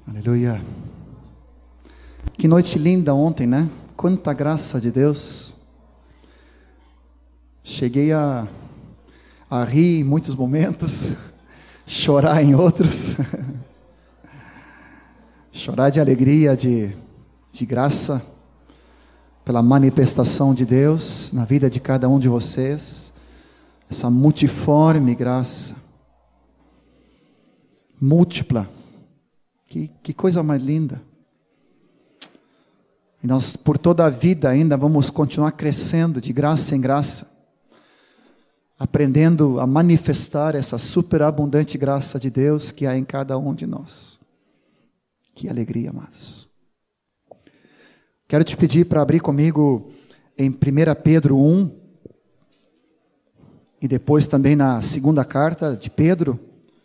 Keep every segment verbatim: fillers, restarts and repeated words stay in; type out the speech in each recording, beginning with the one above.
Aleluia. Que noite linda ontem, né? Quanta graça de Deus. Cheguei a, a rir em muitos momentos, chorar em outros. Chorar de alegria, de, de graça, pela manifestação de Deus na vida de cada um de vocês. Essa multiforme graça, múltipla. Que, que coisa mais linda. E nós, por toda a vida ainda, vamos continuar crescendo de graça em graça, aprendendo a manifestar essa superabundante graça de Deus que há em cada um de nós. Que alegria, amados. Quero te pedir para abrir comigo em primeira Pedro um, e depois também na segunda carta de Pedro.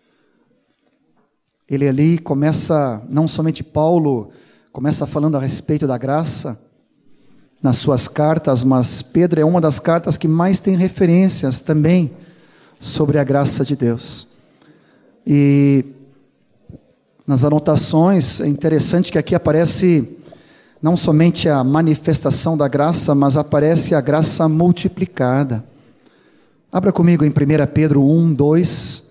Ele ali começa, não somente Paulo, começa falando a respeito da graça nas suas cartas, mas Pedro é uma das cartas que mais tem referências também sobre a graça de Deus. E nas anotações é interessante que aqui aparece não somente a manifestação da graça, mas aparece a graça multiplicada. Abra comigo em primeira Pedro um, dois.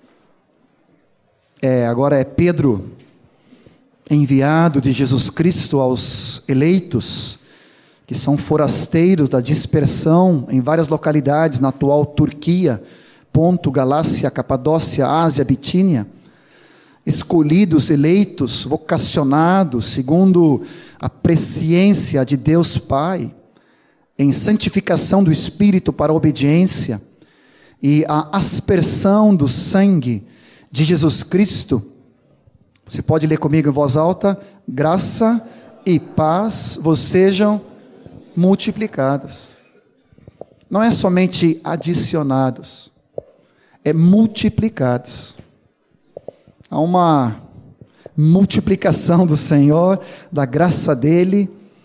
É, agora é Pedro, enviado de Jesus Cristo aos eleitos, que são forasteiros da dispersão em várias localidades, na atual Turquia, Ponto, Galácia, Capadócia, Ásia, Bitínia, escolhidos, eleitos, vocacionados, segundo a presciência de Deus Pai, em santificação do Espírito para a obediência, e a aspersão do sangue de Jesus Cristo. Você pode ler comigo em voz alta: graça e paz vos sejam multiplicadas. Não é somente adicionados, é multiplicados. Há uma multiplicação do Senhor, da graça dele.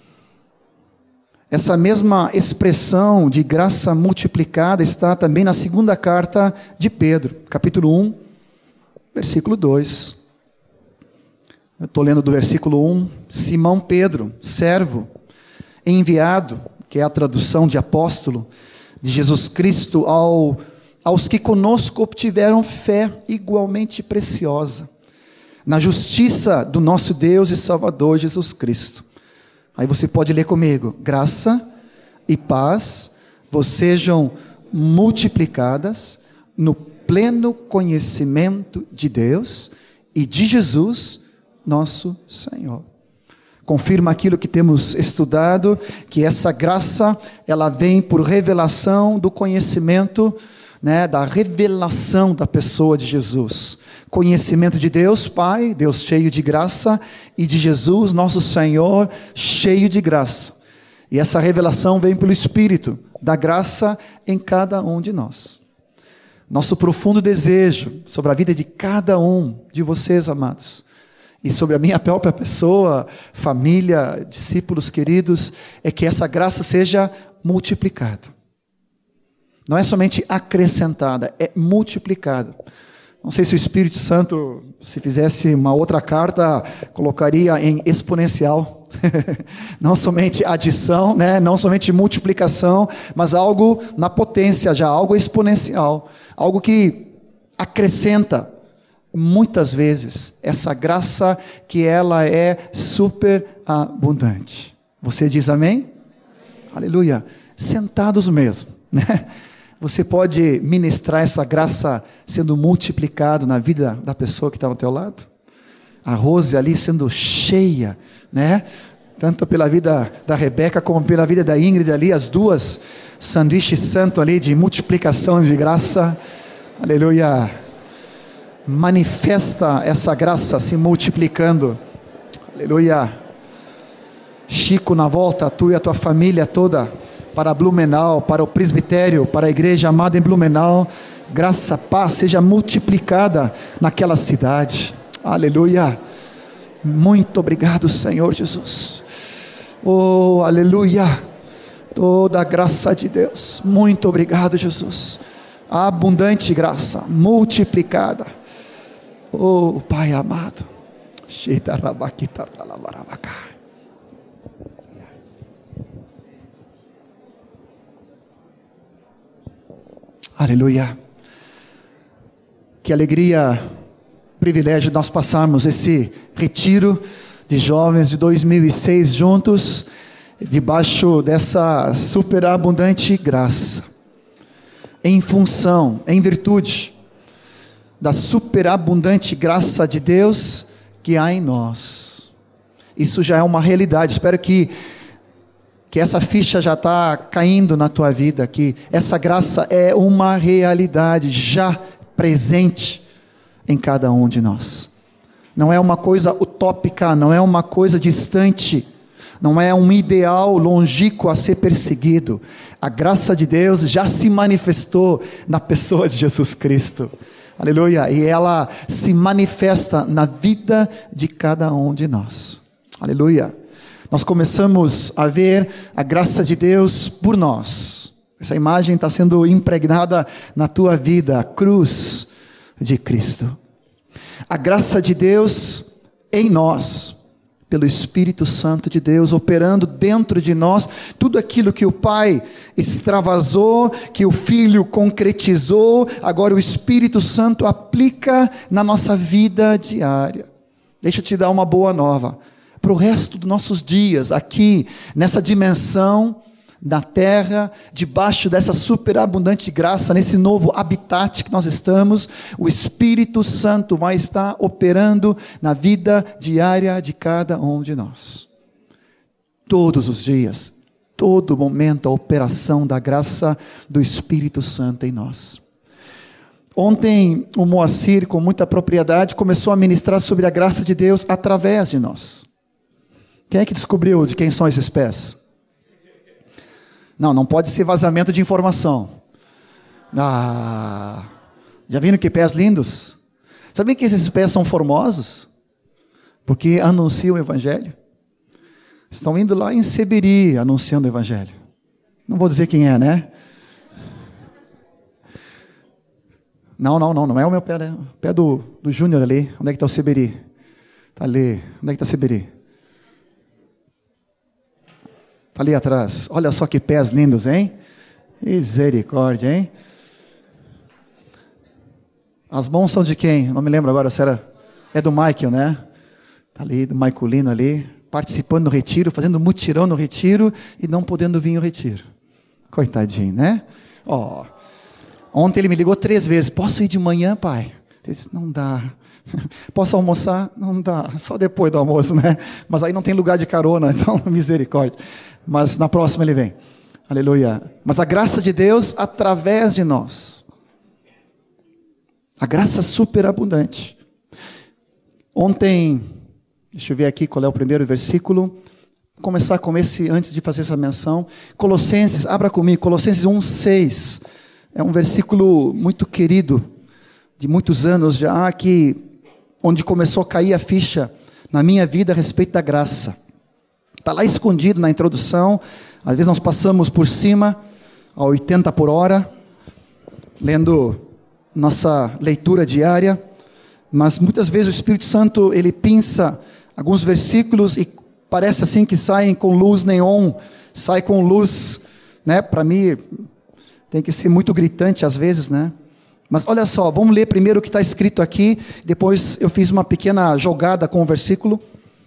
Essa mesma expressão de graça multiplicada está também na segunda carta de Pedro, capítulo um, versículo dois. Eu estou lendo do versículo um. Simão Pedro, servo, enviado, que é a tradução de apóstolo, de Jesus Cristo, ao, aos que conosco obtiveram fé igualmente preciosa, na justiça do nosso Deus e Salvador Jesus Cristo. Aí você pode ler comigo: graça e paz vos sejam multiplicadas no pleno conhecimento de Deus e de Jesus, nosso Senhor. Confirma aquilo que temos estudado, que essa graça, ela vem por revelação do conhecimento, né, da revelação da pessoa de Jesus. Conhecimento de Deus Pai, Deus cheio de graça, e de Jesus, nosso Senhor, cheio de graça. E essa revelação vem pelo Espírito da graça em cada um de nós. Nosso profundo desejo sobre a vida de cada um de vocês, amados, e sobre a minha própria pessoa, família, discípulos queridos, é que essa graça seja multiplicada. Não é somente acrescentada, é multiplicada. Não sei se o Espírito Santo, se fizesse uma outra carta, colocaria em exponencial. Não somente adição, né? Não somente multiplicação, mas algo na potência já, algo exponencial. Algo que acrescenta muitas vezes essa graça, que ela é super abundante. Você diz amém? Amém. Aleluia. Sentados mesmo, né? Você pode ministrar essa graça sendo multiplicado na vida da pessoa que está ao teu lado. A Rose ali sendo cheia, né? Tanto pela vida da Rebeca como pela vida da Ingrid ali, as duas, sanduíche santo ali de multiplicação de graça. Aleluia. Manifesta essa graça se multiplicando. Aleluia. Chico, na volta, tu e a tua família toda, para Blumenau, para o presbitério, para a igreja amada em Blumenau, graça, paz seja multiplicada naquela cidade. Aleluia. Muito obrigado, Senhor Jesus. Oh, aleluia. Toda a graça de Deus. Muito obrigado, Jesus. Abundante graça, multiplicada. Oh, Pai amado. Aleluia. Que alegria, privilégio de nós passarmos esse retiro de jovens de dois mil e seis juntos, debaixo dessa superabundante graça, em função, em virtude da superabundante graça de Deus que há em nós. Isso já é uma realidade. Espero que, que essa ficha já está caindo na tua vida, que essa graça é uma realidade já presente em cada um de nós. Não é uma coisa utópica, não é uma coisa distante, não é um ideal longínquo a ser perseguido. A graça de Deus já se manifestou na pessoa de Jesus Cristo. Aleluia. E ela se manifesta na vida de cada um de nós. Aleluia. Nós começamos a ver a graça de Deus por nós. Essa imagem está sendo impregnada na tua vida, a cruz de Cristo. A graça de Deus em nós, pelo Espírito Santo de Deus, operando dentro de nós, tudo aquilo que o Pai extravasou, que o Filho concretizou, agora o Espírito Santo aplica na nossa vida diária. Deixa eu te dar uma boa nova. Para o resto dos nossos dias, aqui, nessa dimensão, na terra, debaixo dessa superabundante graça, nesse novo habitat que nós estamos, o Espírito Santo vai estar operando na vida diária de cada um de nós. Todos os dias, todo momento, a operação da graça do Espírito Santo em nós. Ontem, o Moacir, com muita propriedade, começou a ministrar sobre a graça de Deus através de nós. Quem é que descobriu de quem são esses pés? Não, não pode ser vazamento de informação. Ah, já viram que pés lindos? Sabem que esses pés são formosos? Porque anunciam o Evangelho. Estão indo lá em Seberi anunciando o Evangelho. Não vou dizer quem é, né? Não, não, não, não é o meu pé, né? O pé do, do Júnior ali. Onde é que está o Seberi? Está ali. Onde é que está o Seberi? Está ali atrás. Olha só que pés lindos, hein? Misericórdia, hein? As mãos são de quem? Não me lembro agora se era... É do Michael, né? Está ali, do Maiculino ali, participando do retiro, fazendo mutirão no retiro e não podendo vir ao retiro. Coitadinho, né? Ó, ontem ele me ligou três vezes. Posso ir de manhã, pai? Eu disse, não dá. Posso almoçar? Não dá. Só depois do almoço, né? Mas aí não tem lugar de carona, então misericórdia. Mas na próxima ele vem. Aleluia. Mas a graça de Deus através de nós. A graça superabundante. Ontem, deixa eu ver aqui qual é o primeiro versículo. Vou começar com esse antes de fazer essa menção. Colossenses, abra comigo, Colossenses um, seis. É um versículo muito querido, de muitos anos já, que, onde começou a cair a ficha na minha vida a respeito da graça. Está lá escondido na introdução. Às vezes nós passamos por cima, a oitenta por hora, lendo nossa leitura diária, mas muitas vezes o Espírito Santo, ele pinça alguns versículos e parece assim que saem com luz neon, sai com luz, né? Para mim, tem que ser muito gritante às vezes, né? Mas olha só, vamos ler primeiro o que está escrito aqui, depois eu fiz uma pequena jogada com o versículo.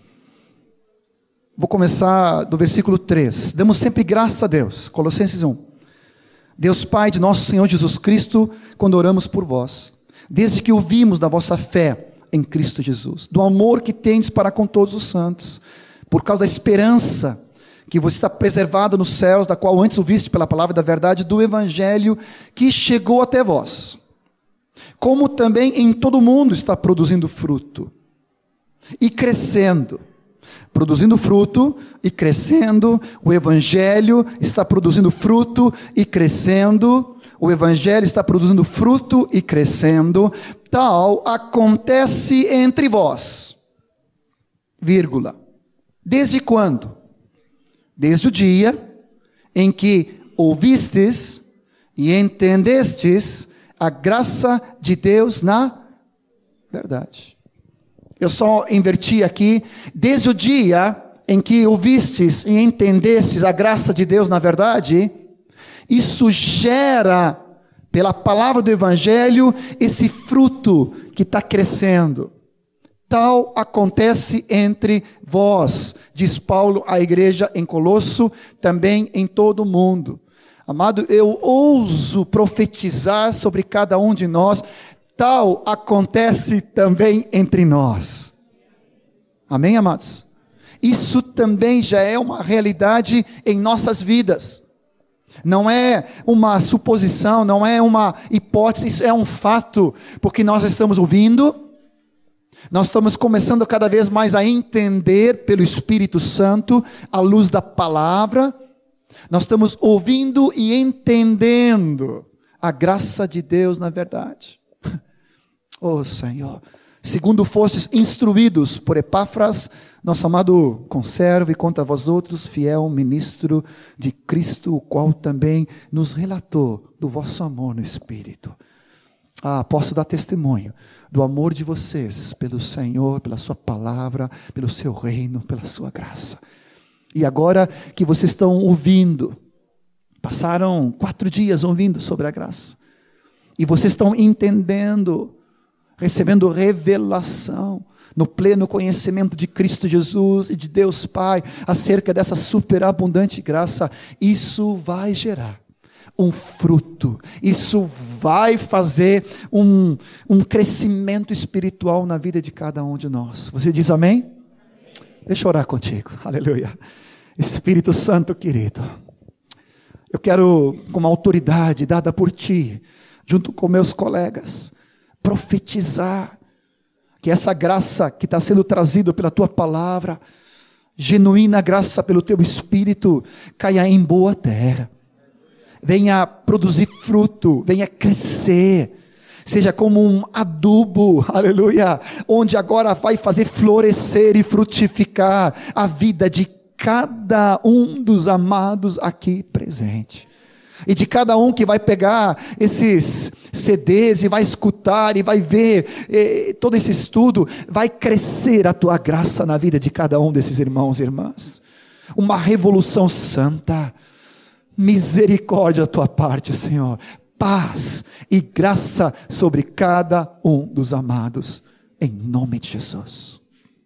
Vou começar do versículo três. Damos sempre graças a Deus. Colossenses um. Deus Pai de nosso Senhor Jesus Cristo, quando oramos por vós, desde que ouvimos da vossa fé em Cristo Jesus, do amor que tendes para com todos os santos, por causa da esperança que você está preservado nos céus, da qual antes ouviste pela palavra da verdade do Evangelho que chegou até vós, como também em todo o mundo está produzindo fruto e crescendo. Produzindo fruto e crescendo, o Evangelho está produzindo fruto e crescendo, o Evangelho está produzindo fruto e crescendo, tal acontece entre vós, vírgula, desde quando? Desde o dia em que ouvistes e entendestes a graça de Deus na verdade. Eu só inverti aqui. Desde o dia em que ouvistes e entendestes a graça de Deus na verdade, isso gera, pela palavra do Evangelho, esse fruto que está crescendo. Tal acontece entre vós, diz Paulo à igreja em Colosso, também em todo o mundo. Amado, eu ouso profetizar sobre cada um de nós, tal acontece também entre nós. Amém, amados? Isso também já é uma realidade em nossas vidas. Não é uma suposição, não é uma hipótese, isso é um fato, porque nós estamos ouvindo. Nós estamos começando cada vez mais a entender pelo Espírito Santo, à luz da palavra. Nós estamos ouvindo e entendendo a graça de Deus na verdade. Oh Senhor, segundo fostes instruídos por Epáfras, nosso amado conservo, e quanto a vós outros, fiel ministro de Cristo, o qual também nos relatou do vosso amor no Espírito. Ah, posso dar testemunho do amor de vocês pelo Senhor, pela sua palavra, pelo seu reino, pela sua graça. E agora que vocês estão ouvindo, passaram quatro dias ouvindo sobre a graça, e vocês estão entendendo, recebendo revelação, no pleno conhecimento de Cristo Jesus e de Deus Pai, acerca dessa superabundante graça, isso vai gerar um fruto, isso vai fazer um, um crescimento espiritual na vida de cada um de nós. Você diz amém? Amém. Deixa eu orar contigo, aleluia. Espírito Santo querido, eu quero, com uma autoridade dada por ti, junto com meus colegas, profetizar que essa graça que está sendo trazida pela tua palavra, genuína graça pelo teu Espírito, caia em boa terra, venha produzir fruto, venha crescer, seja como um adubo, aleluia, onde agora vai fazer florescer e frutificar a vida de cada um dos amados aqui presente. E de cada um que vai pegar esses C Ds e vai escutar e vai ver eh, todo esse estudo, vai crescer a tua graça na vida de cada um desses irmãos e irmãs. Uma revolução santa, misericórdia da tua parte, Senhor. Paz e graça sobre cada um dos amados, em nome de Jesus.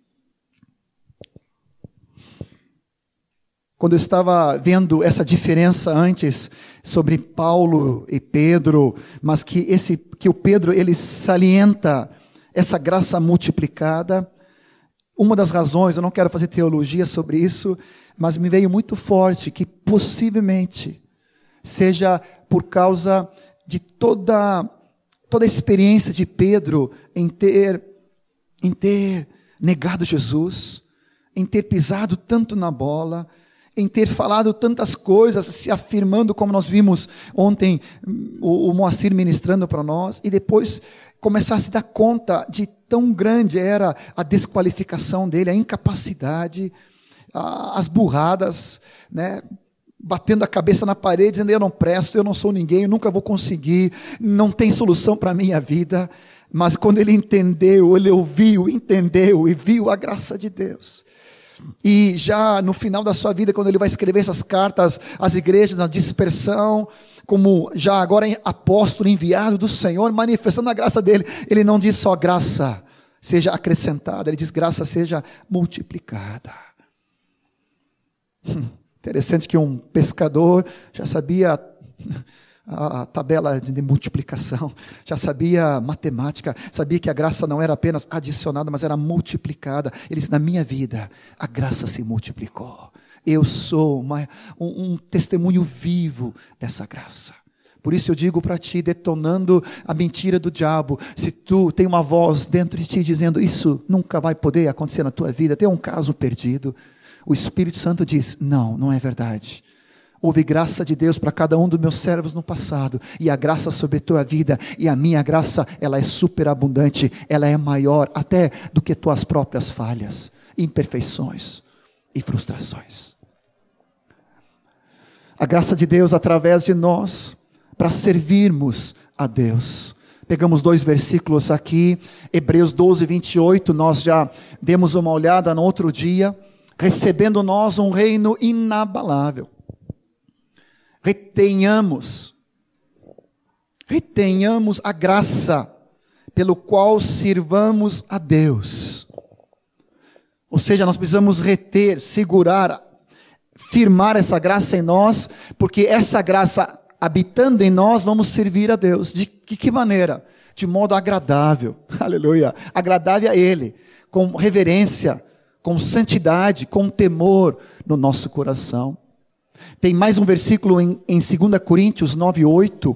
Quando eu estava vendo essa diferença antes sobre Paulo e Pedro, mas que, esse, que o Pedro ele salienta essa graça multiplicada, uma das razões, eu não quero fazer teologia sobre isso, mas me veio muito forte que possivelmente seja por causa de toda, toda a experiência de Pedro em ter, em ter negado Jesus, em ter pisado tanto na bola, em ter falado tantas coisas, se afirmando, como nós vimos ontem, o, o Moacir ministrando para nós, e depois começar a se dar conta de tão grande era a desqualificação dele, a incapacidade, a, as burradas, né? Batendo a cabeça na parede, dizendo, eu não presto, eu não sou ninguém, eu nunca vou conseguir, não tem solução para a minha vida. Mas quando ele entendeu, ele ouviu, entendeu e viu a graça de Deus. E já no final da sua vida, quando ele vai escrever essas cartas às igrejas, na dispersão, como já agora apóstolo enviado do Senhor, manifestando a graça dele, ele não diz só graça seja acrescentada, ele diz graça seja multiplicada. Hum, interessante que um pescador já sabia a tabela de multiplicação, já sabia matemática, sabia que a graça não era apenas adicionada, mas era multiplicada. Ele disse, na minha vida, a graça se multiplicou. Eu sou uma, um, um testemunho vivo dessa graça. Por isso eu digo para ti, detonando a mentira do diabo, se tu tem uma voz dentro de ti dizendo, isso nunca vai poder acontecer na tua vida, tem um caso perdido, o Espírito Santo diz, não, não é verdade. Houve graça de Deus para cada um dos meus servos no passado, e a graça sobre a tua vida, e a minha graça, ela é superabundante, ela é maior até do que tuas próprias falhas, imperfeições e frustrações. A graça de Deus através de nós, para servirmos a Deus, Pegamos dois versículos aqui, Hebreus doze, vinte e oito, nós já demos uma olhada no outro dia. Recebendo nós um reino inabalável. Retenhamos, retenhamos a graça pelo qual sirvamos a Deus. Ou seja, nós precisamos reter, segurar, firmar essa graça em nós, porque essa graça habitando em nós, vamos servir a Deus. De que, que maneira? De modo agradável, aleluia, agradável a Ele, com reverência, com santidade, com temor no nosso coração. Tem mais um versículo em, em dois Coríntios nove, oito.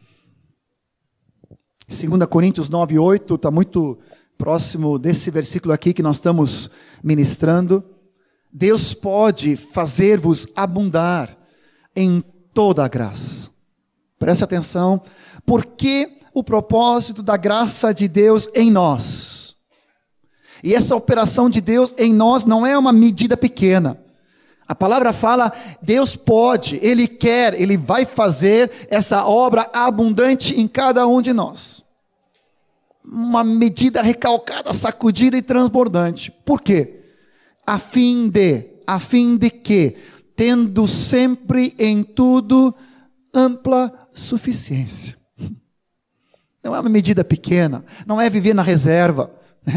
dois Coríntios nove, oito, está muito próximo desse versículo aqui que nós estamos ministrando. Deus pode fazer-vos abundar em toda a graça. Preste atenção, porque o propósito da graça de Deus em nós. E essa operação de Deus em nós não é uma medida pequena. A palavra fala, Deus pode, Ele quer, Ele vai fazer essa obra abundante em cada um de nós. Uma medida recalcada, sacudida e transbordante. Por quê? A fim de, a fim de que, tendo sempre em tudo ampla suficiência. Não é uma medida pequena, não é viver na reserva, né?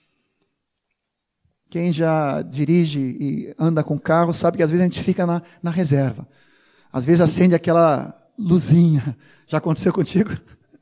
Quem já dirige e anda com carro sabe que às vezes a gente fica na, na reserva. Às vezes acende aquela luzinha. Já aconteceu contigo?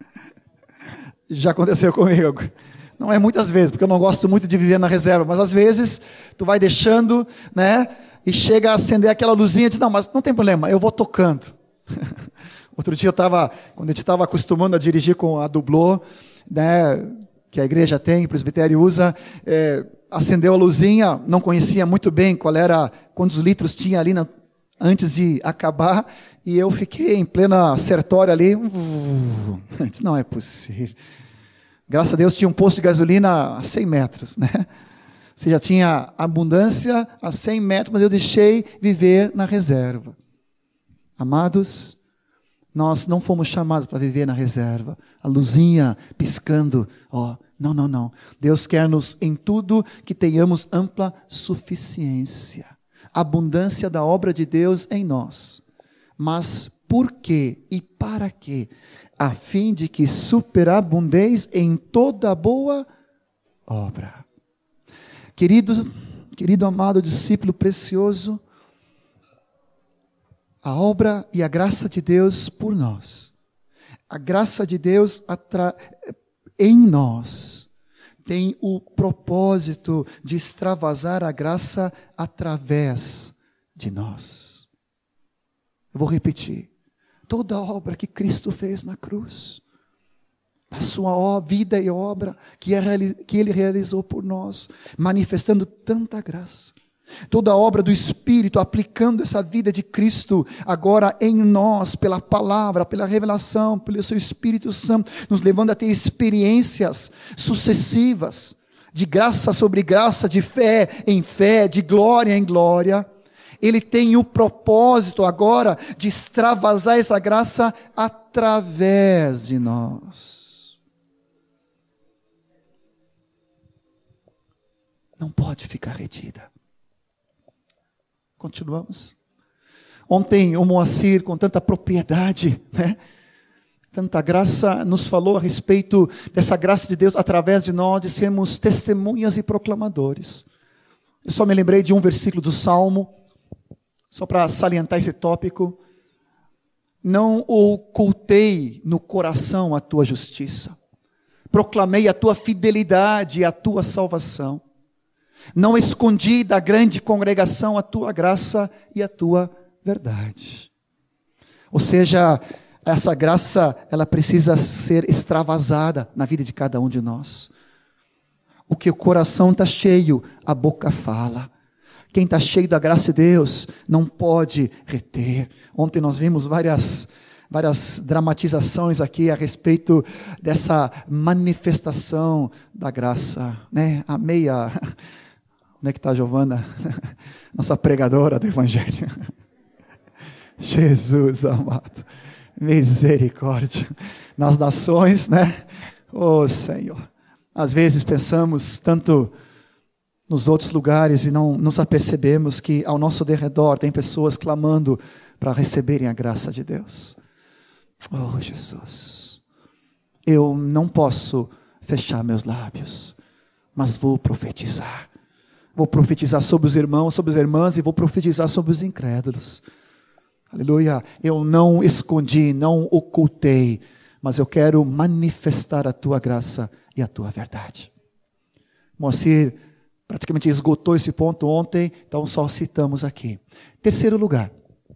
Já aconteceu comigo. Não é muitas vezes, porque eu não gosto muito de viver na reserva, mas às vezes tu vai deixando, né? E chega a acender aquela luzinha e diz, não, mas não tem problema, eu vou tocando. Outro dia eu estava, quando a gente estava acostumando a dirigir com a Dublô, né? Que a igreja tem, o presbitério usa, é, acendeu a luzinha, não conhecia muito bem qual era, quantos litros tinha ali na, antes de acabar, e eu fiquei em plena sertória ali, uh, disse, não é possível. Graças a Deus tinha um posto de gasolina a cem metros, né? Ou seja, tinha abundância a cem metros, mas eu deixei viver na reserva. Amados, nós não fomos chamados para viver na reserva. A luzinha piscando, ó, não, não, não. Deus quer nos em tudo que tenhamos ampla suficiência. Abundância da obra de Deus em nós. Mas por quê e para quê? A fim de que superabundeis em toda boa obra. Querido, querido amado discípulo precioso, a obra e a graça de Deus por nós. A graça de Deus atra... em nós tem o propósito de extravasar a graça através de nós. Eu vou repetir. Toda a obra que Cristo fez na cruz, a sua vida e obra que Ele realizou por nós, manifestando tanta graça. Toda a obra do Espírito, aplicando essa vida de Cristo agora em nós, pela palavra, pela revelação, pelo seu Espírito Santo, nos levando a ter experiências sucessivas, de graça sobre graça, de fé em fé, de glória em glória. Ele tem o propósito agora de extravasar essa graça através de nós. Não pode ficar retida. Continuamos. Ontem o Moacir, com tanta propriedade, né? Tanta graça, nos falou a respeito dessa graça de Deus através de nós, de sermos testemunhas e proclamadores. Eu só me lembrei de um versículo do Salmo, só para salientar esse tópico. Não ocultei no coração a tua justiça, proclamei a tua fidelidade e a tua salvação. Não escondi da grande congregação a tua graça e a tua verdade. Ou seja, essa graça, ela precisa ser extravasada na vida de cada um de nós. O que o coração está cheio, a boca fala. Quem está cheio da graça de Deus não pode reter. Ontem nós vimos várias, várias dramatizações aqui a respeito dessa manifestação da graça, né? A meia... Onde é que está a Giovana? Nossa pregadora do Evangelho. Jesus amado. Misericórdia. Nas nações, né? Oh, Senhor. Às vezes pensamos tanto nos outros lugares e não nos apercebemos que ao nosso derredor tem pessoas clamando para receberem a graça de Deus. Oh, Jesus. Eu não posso fechar meus lábios, mas vou profetizar. Vou profetizar sobre os irmãos, sobre as irmãs e vou profetizar sobre os incrédulos. Aleluia. Eu não escondi, não ocultei, mas eu quero manifestar a tua graça e a tua verdade. Moacir praticamente esgotou esse ponto ontem, então só citamos aqui. Terceiro lugar,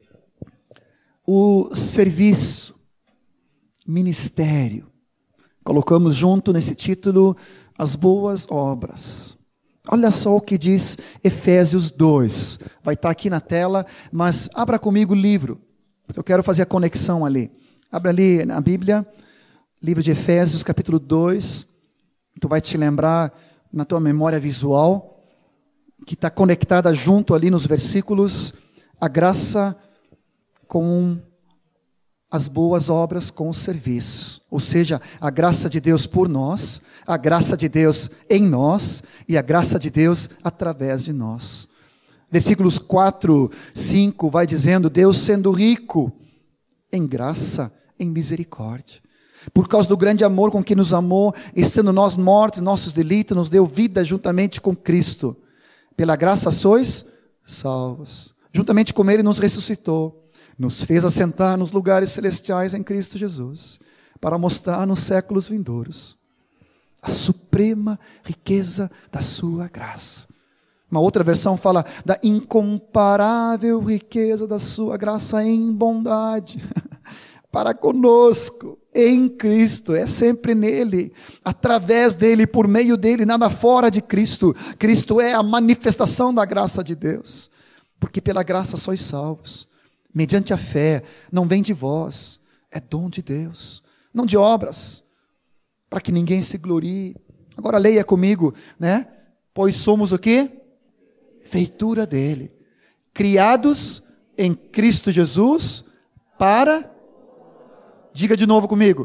o serviço, ministério. Colocamos junto nesse título as boas obras. Olha só o que diz Efésios dois. Vai estar aqui na tela, mas abra comigo o livro, porque eu quero fazer a conexão ali. Abra ali na Bíblia, livro de Efésios, capítulo dois. Tu vai te lembrar na tua memória visual, que está conectada junto ali nos versículos, a graça com as boas obras com o serviço. Ou seja, a graça de Deus por nós, a graça de Deus em nós e a graça de Deus através de nós. Versículos quatro, cinco vai dizendo, Deus sendo rico em graça, em misericórdia. Por causa do grande amor com que nos amou, estando nós mortos, nossos delitos, nos deu vida juntamente com Cristo. Pela graça sois salvos. Juntamente com Ele nos ressuscitou. Nos fez assentar nos lugares celestiais em Cristo Jesus, para mostrar nos séculos vindouros a suprema riqueza da sua graça. Uma outra versão fala da incomparável riqueza da sua graça em bondade, para conosco, em Cristo, é sempre nele, através dele, por meio dele, nada fora de Cristo. Cristo é a manifestação da graça de Deus, porque pela graça sois salvos. Mediante a fé, não vem de vós, é dom de Deus, não de obras, para que ninguém se glorie. Agora leia comigo, né? Pois somos o quê? Feitura dele, criados em Cristo Jesus para, diga de novo comigo,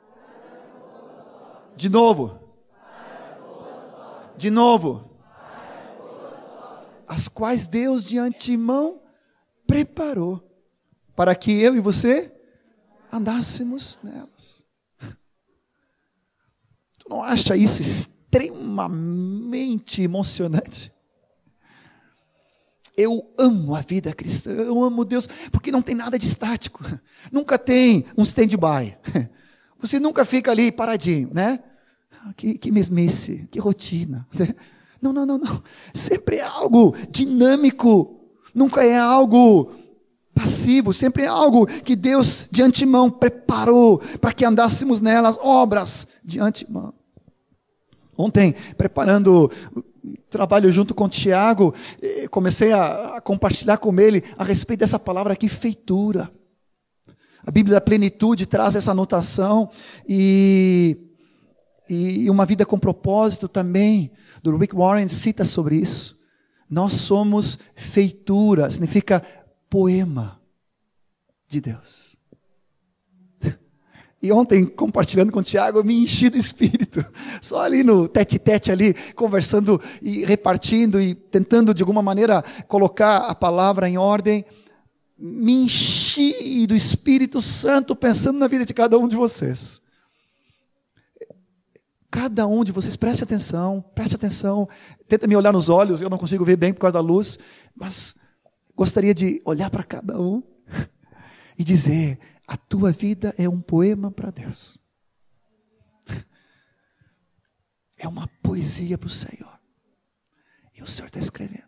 de novo, de novo, as quais Deus de antemão preparou, para que eu e você andássemos nelas. Tu não acha isso extremamente emocionante? Eu amo a vida cristã, eu amo Deus, porque não tem nada de estático. Nunca tem um stand-by. Você nunca fica ali paradinho, né? Que, que mesmice, que rotina. Não, não, não, não. Sempre é algo dinâmico. Nunca é algo passivo, sempre é algo que Deus de antemão preparou para que andássemos nelas, obras de antemão. Ontem, preparando o trabalho junto com o Tiago, comecei a, a compartilhar com ele a respeito dessa palavra aqui, feitura. A Bíblia da Plenitude traz essa anotação e, e uma vida com propósito também, do Rick Warren, cita sobre isso. Nós somos feitura, significa poema de Deus. E ontem, compartilhando com o Tiago, eu me enchi do Espírito. Só ali no tete-tete ali, conversando e repartindo e tentando de alguma maneira colocar a palavra em ordem. Me enchi do Espírito Santo pensando na vida de cada um de vocês. Cada um de vocês, preste atenção, preste atenção. Tenta me olhar nos olhos, eu não consigo ver bem por causa da luz, mas gostaria de olhar para cada um e dizer, a tua vida é um poema para Deus. É uma poesia para o Senhor. E o Senhor está escrevendo.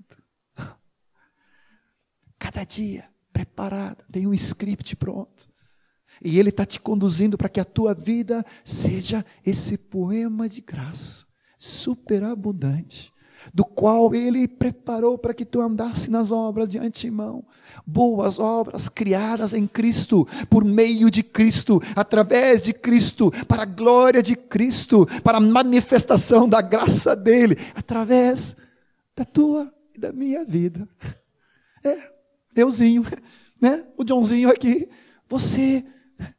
Cada dia, preparado, tem um script pronto. E Ele está te conduzindo para que a tua vida seja esse poema de graça, superabundante, do qual Ele preparou para que tu andasse nas obras de antemão. Boas obras criadas em Cristo, por meio de Cristo, através de Cristo, para a glória de Cristo, para a manifestação da graça dEle, através da tua e da minha vida. É, euzinho, né? O Joãozinho aqui, você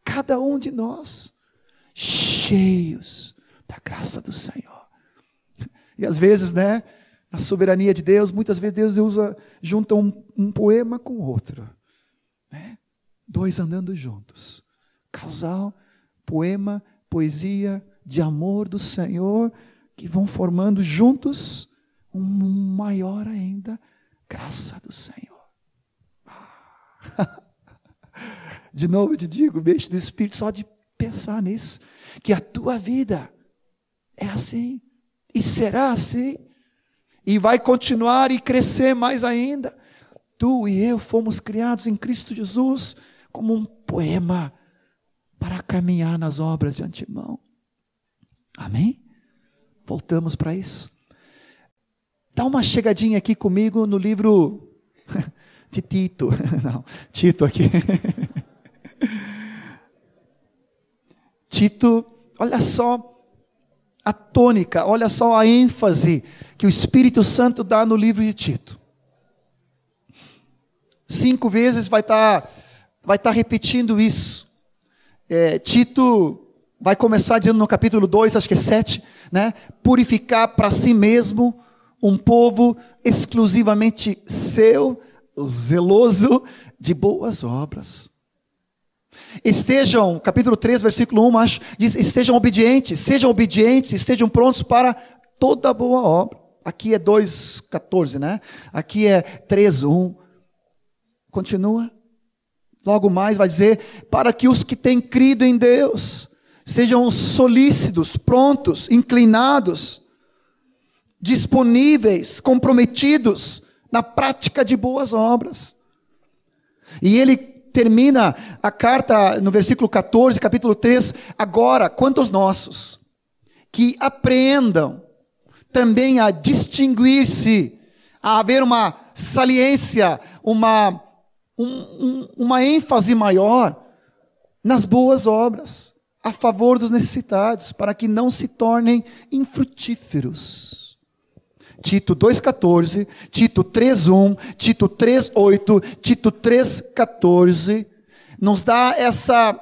Cada um de nós, cheios da graça do Senhor. E às vezes, né, na soberania de Deus, muitas vezes Deus usa, junta um, um poema com outro. Né? Dois andando juntos. Casal, poema, poesia de amor do Senhor, que vão formando juntos um maior ainda, graça do Senhor. De novo eu te digo, beijo do Espírito, só de pensar nisso, que a tua vida é assim, e será assim, e vai continuar e crescer mais ainda. Tu e eu fomos criados em Cristo Jesus como um poema para caminhar nas obras de antemão. Amém? Voltamos para isso. Dá uma chegadinha aqui comigo no livro de Tito. Não, Tito aqui. Tito, olha só a tônica, olha só a ênfase que o Espírito Santo dá no livro de Tito. Cinco vezes vai estar vai estar repetindo isso. É, Tito vai começar dizendo no capítulo dois, acho que é sete, né? Purificar para si mesmo um povo exclusivamente seu, zeloso de boas obras. Estejam, capítulo três, versículo um, acho, diz, estejam obedientes, sejam obedientes, estejam prontos para toda boa obra. Aqui é dois, catorze, né? Aqui é três, um. Continua. Logo mais vai dizer, para que os que têm crido em Deus sejam solícitos, prontos, inclinados, disponíveis, comprometidos na prática de boas obras. E ele termina a carta no versículo catorze, capítulo três, agora, quanto aos nossos, que aprendam também a distinguir-se, a haver uma saliência, uma, um, um, uma ênfase maior nas boas obras, a favor dos necessitados, para que não se tornem infrutíferos. Tito dois, catorze, Tito três, um, Tito três, oito, Tito três, catorze, nos dá essa,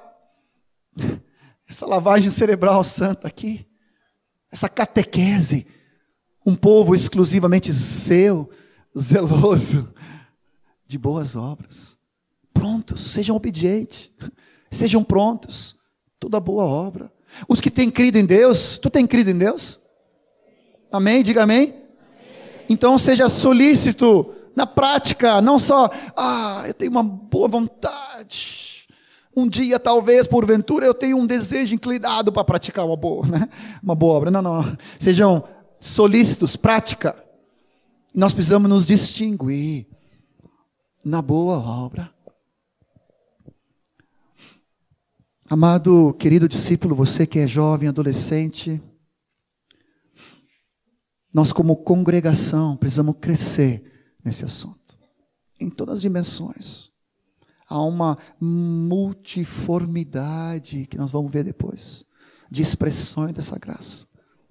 essa lavagem cerebral santa aqui, essa catequese, um povo exclusivamente seu, zeloso, de boas obras, prontos, sejam obedientes, sejam prontos, toda boa obra. Os que têm crido em Deus, tu tem crido em Deus? Amém? Diga amém. Então seja solícito na prática, não só, ah, eu tenho uma boa vontade, um dia talvez, porventura, eu tenho um desejo inclinado para praticar uma boa, né? Uma boa obra. Não, não, sejam solícitos, prática. Nós precisamos nos distinguir na boa obra. Amado, querido discípulo, você que é jovem, adolescente, nós como congregação precisamos crescer nesse assunto, em todas as dimensões. Há uma multiformidade, que nós vamos ver depois, de expressões dessa graça.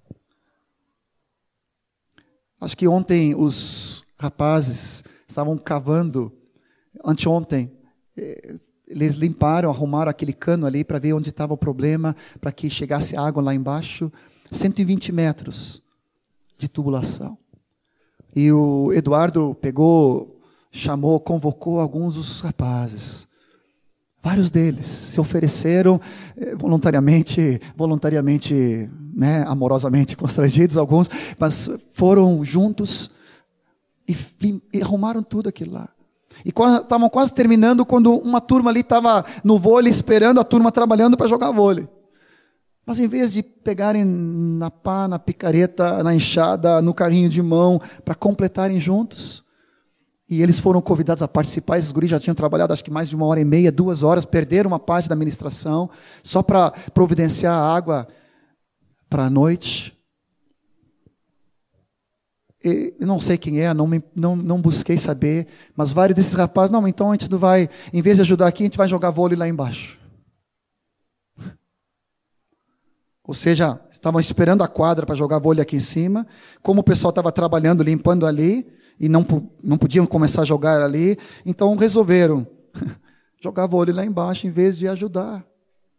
Acho que ontem os rapazes estavam cavando, anteontem, eles limparam, arrumaram aquele cano ali para ver onde estava o problema, para que chegasse água lá embaixo, cento e vinte metros de tubulação. E o Eduardo pegou, chamou, convocou alguns dos rapazes. Vários deles se ofereceram eh, voluntariamente, voluntariamente, né, amorosamente constrangidos alguns, mas foram juntos e, e, e arrumaram tudo aquilo lá. E estavam quase terminando quando uma turma ali estava no vôlei esperando a turma trabalhando para jogar vôlei. Mas em vez de pegarem na pá, na picareta, na enxada, no carrinho de mão, para completarem juntos, e eles foram convidados a participar, esses guris já tinham trabalhado acho que mais de uma hora e meia, duas horas, perderam uma parte da ministração, só para providenciar a água para a noite. E, eu não sei quem é, não, me, não, não busquei saber, mas vários desses rapazes, não, então a gente não vai, em vez de ajudar aqui, a gente vai jogar vôlei lá embaixo. Ou seja, estavam esperando a quadra para jogar vôlei aqui em cima. Como o pessoal estava trabalhando, limpando ali, e não, não podiam começar a jogar ali, então resolveram jogar vôlei lá embaixo, em vez de ajudar.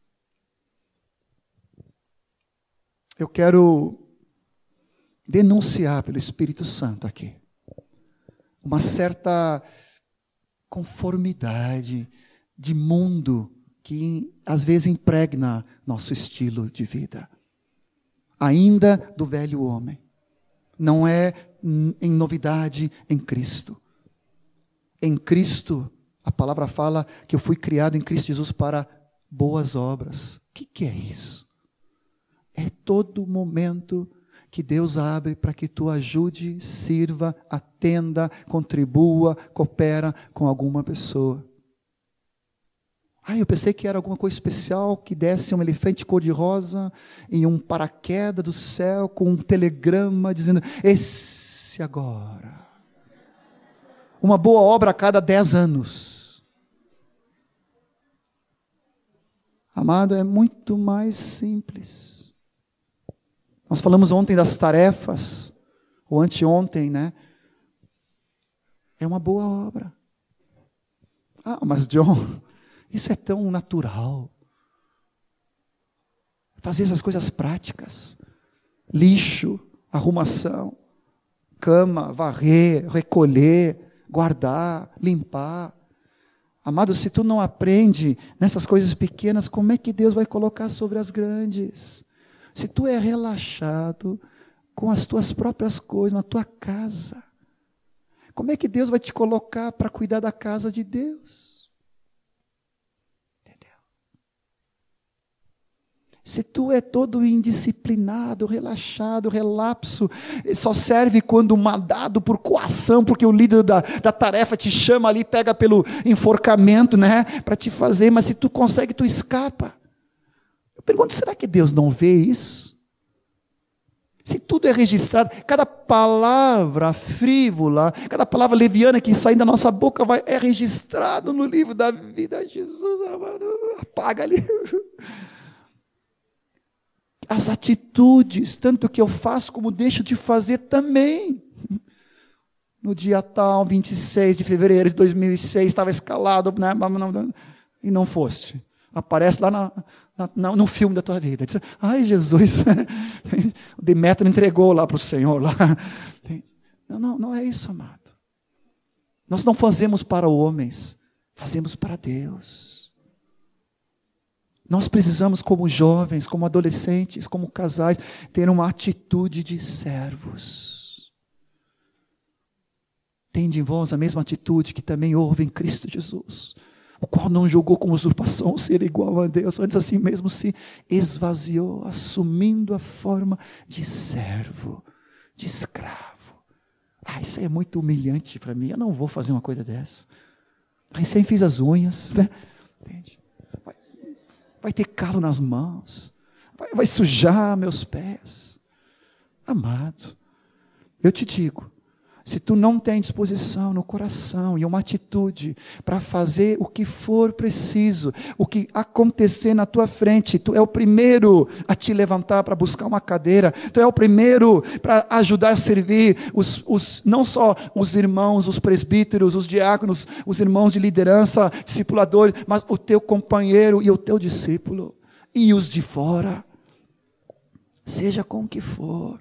eu quero denunciar pelo Espírito Santo aqui uma certa conformidade de mundo que às vezes impregna nosso estilo de vida. Ainda do velho homem. Não é em novidade em Cristo. Em Cristo, a palavra fala que eu fui criado em Cristo Jesus para boas obras. O que, que é isso? É todo momento que Deus abre para que tu ajude, sirva, atenda, contribua, coopera com alguma pessoa. Ah, eu pensei que era alguma coisa especial, que desse um elefante cor-de-rosa em um paraquedas do céu com um telegrama dizendo, esse agora. Uma boa obra a cada dez anos. Amado, é muito mais simples. Nós falamos ontem das tarefas, ou anteontem, né? É uma boa obra. Ah, mas John, isso é tão natural. Fazer essas coisas práticas. Lixo, arrumação, cama, varrer, recolher, guardar, limpar. Amado, se tu não aprende nessas coisas pequenas, como é que Deus vai colocar sobre as grandes? Se tu é relaxado com as tuas próprias coisas na tua casa, como é que Deus vai te colocar para cuidar da casa de Deus? Entendeu? Se tu é todo indisciplinado, relaxado, relapso, só serve quando mandado por coação, porque o líder da, da tarefa te chama ali, pega pelo enforcamento, né, para te fazer, mas se tu consegue, tu escapa. Eu pergunto, será que Deus não vê isso? Se tudo é registrado, cada palavra frívola, cada palavra leviana que sai da nossa boca vai, é registrado no livro da vida. Jesus, amado, apaga ali. As atitudes, tanto que eu faço como deixo de fazer também. No dia tal, vinte e seis de fevereiro de dois mil e seis, estava escalado, né, e não foste. Aparece lá na, na, no filme da tua vida. Diz, ai, Jesus, o Demétrio entregou lá para o Senhor. Lá. Não, não, não é isso, amado. Nós não fazemos para homens, fazemos para Deus. Nós precisamos, como jovens, como adolescentes, como casais, ter uma atitude de servos. Tende em vós a mesma atitude que também houve em Cristo Jesus, o qual não julgou com usurpação ser igual a Deus, antes assim mesmo se esvaziou, assumindo a forma de servo, de escravo. Ah, isso aí é muito humilhante para mim, eu não vou fazer uma coisa dessa. Recém fiz as unhas, né? Entende? Vai, vai ter calo nas mãos, vai, vai sujar meus pés. Amado, eu te digo, se tu não tem disposição no coração e uma atitude para fazer o que for preciso, o que acontecer na tua frente, tu é o primeiro a te levantar para buscar uma cadeira, tu é o primeiro para ajudar a servir, os, os, não só os irmãos, os presbíteros, os diáconos, os irmãos de liderança, discipuladores, mas o teu companheiro e o teu discípulo, e os de fora, seja com o que for.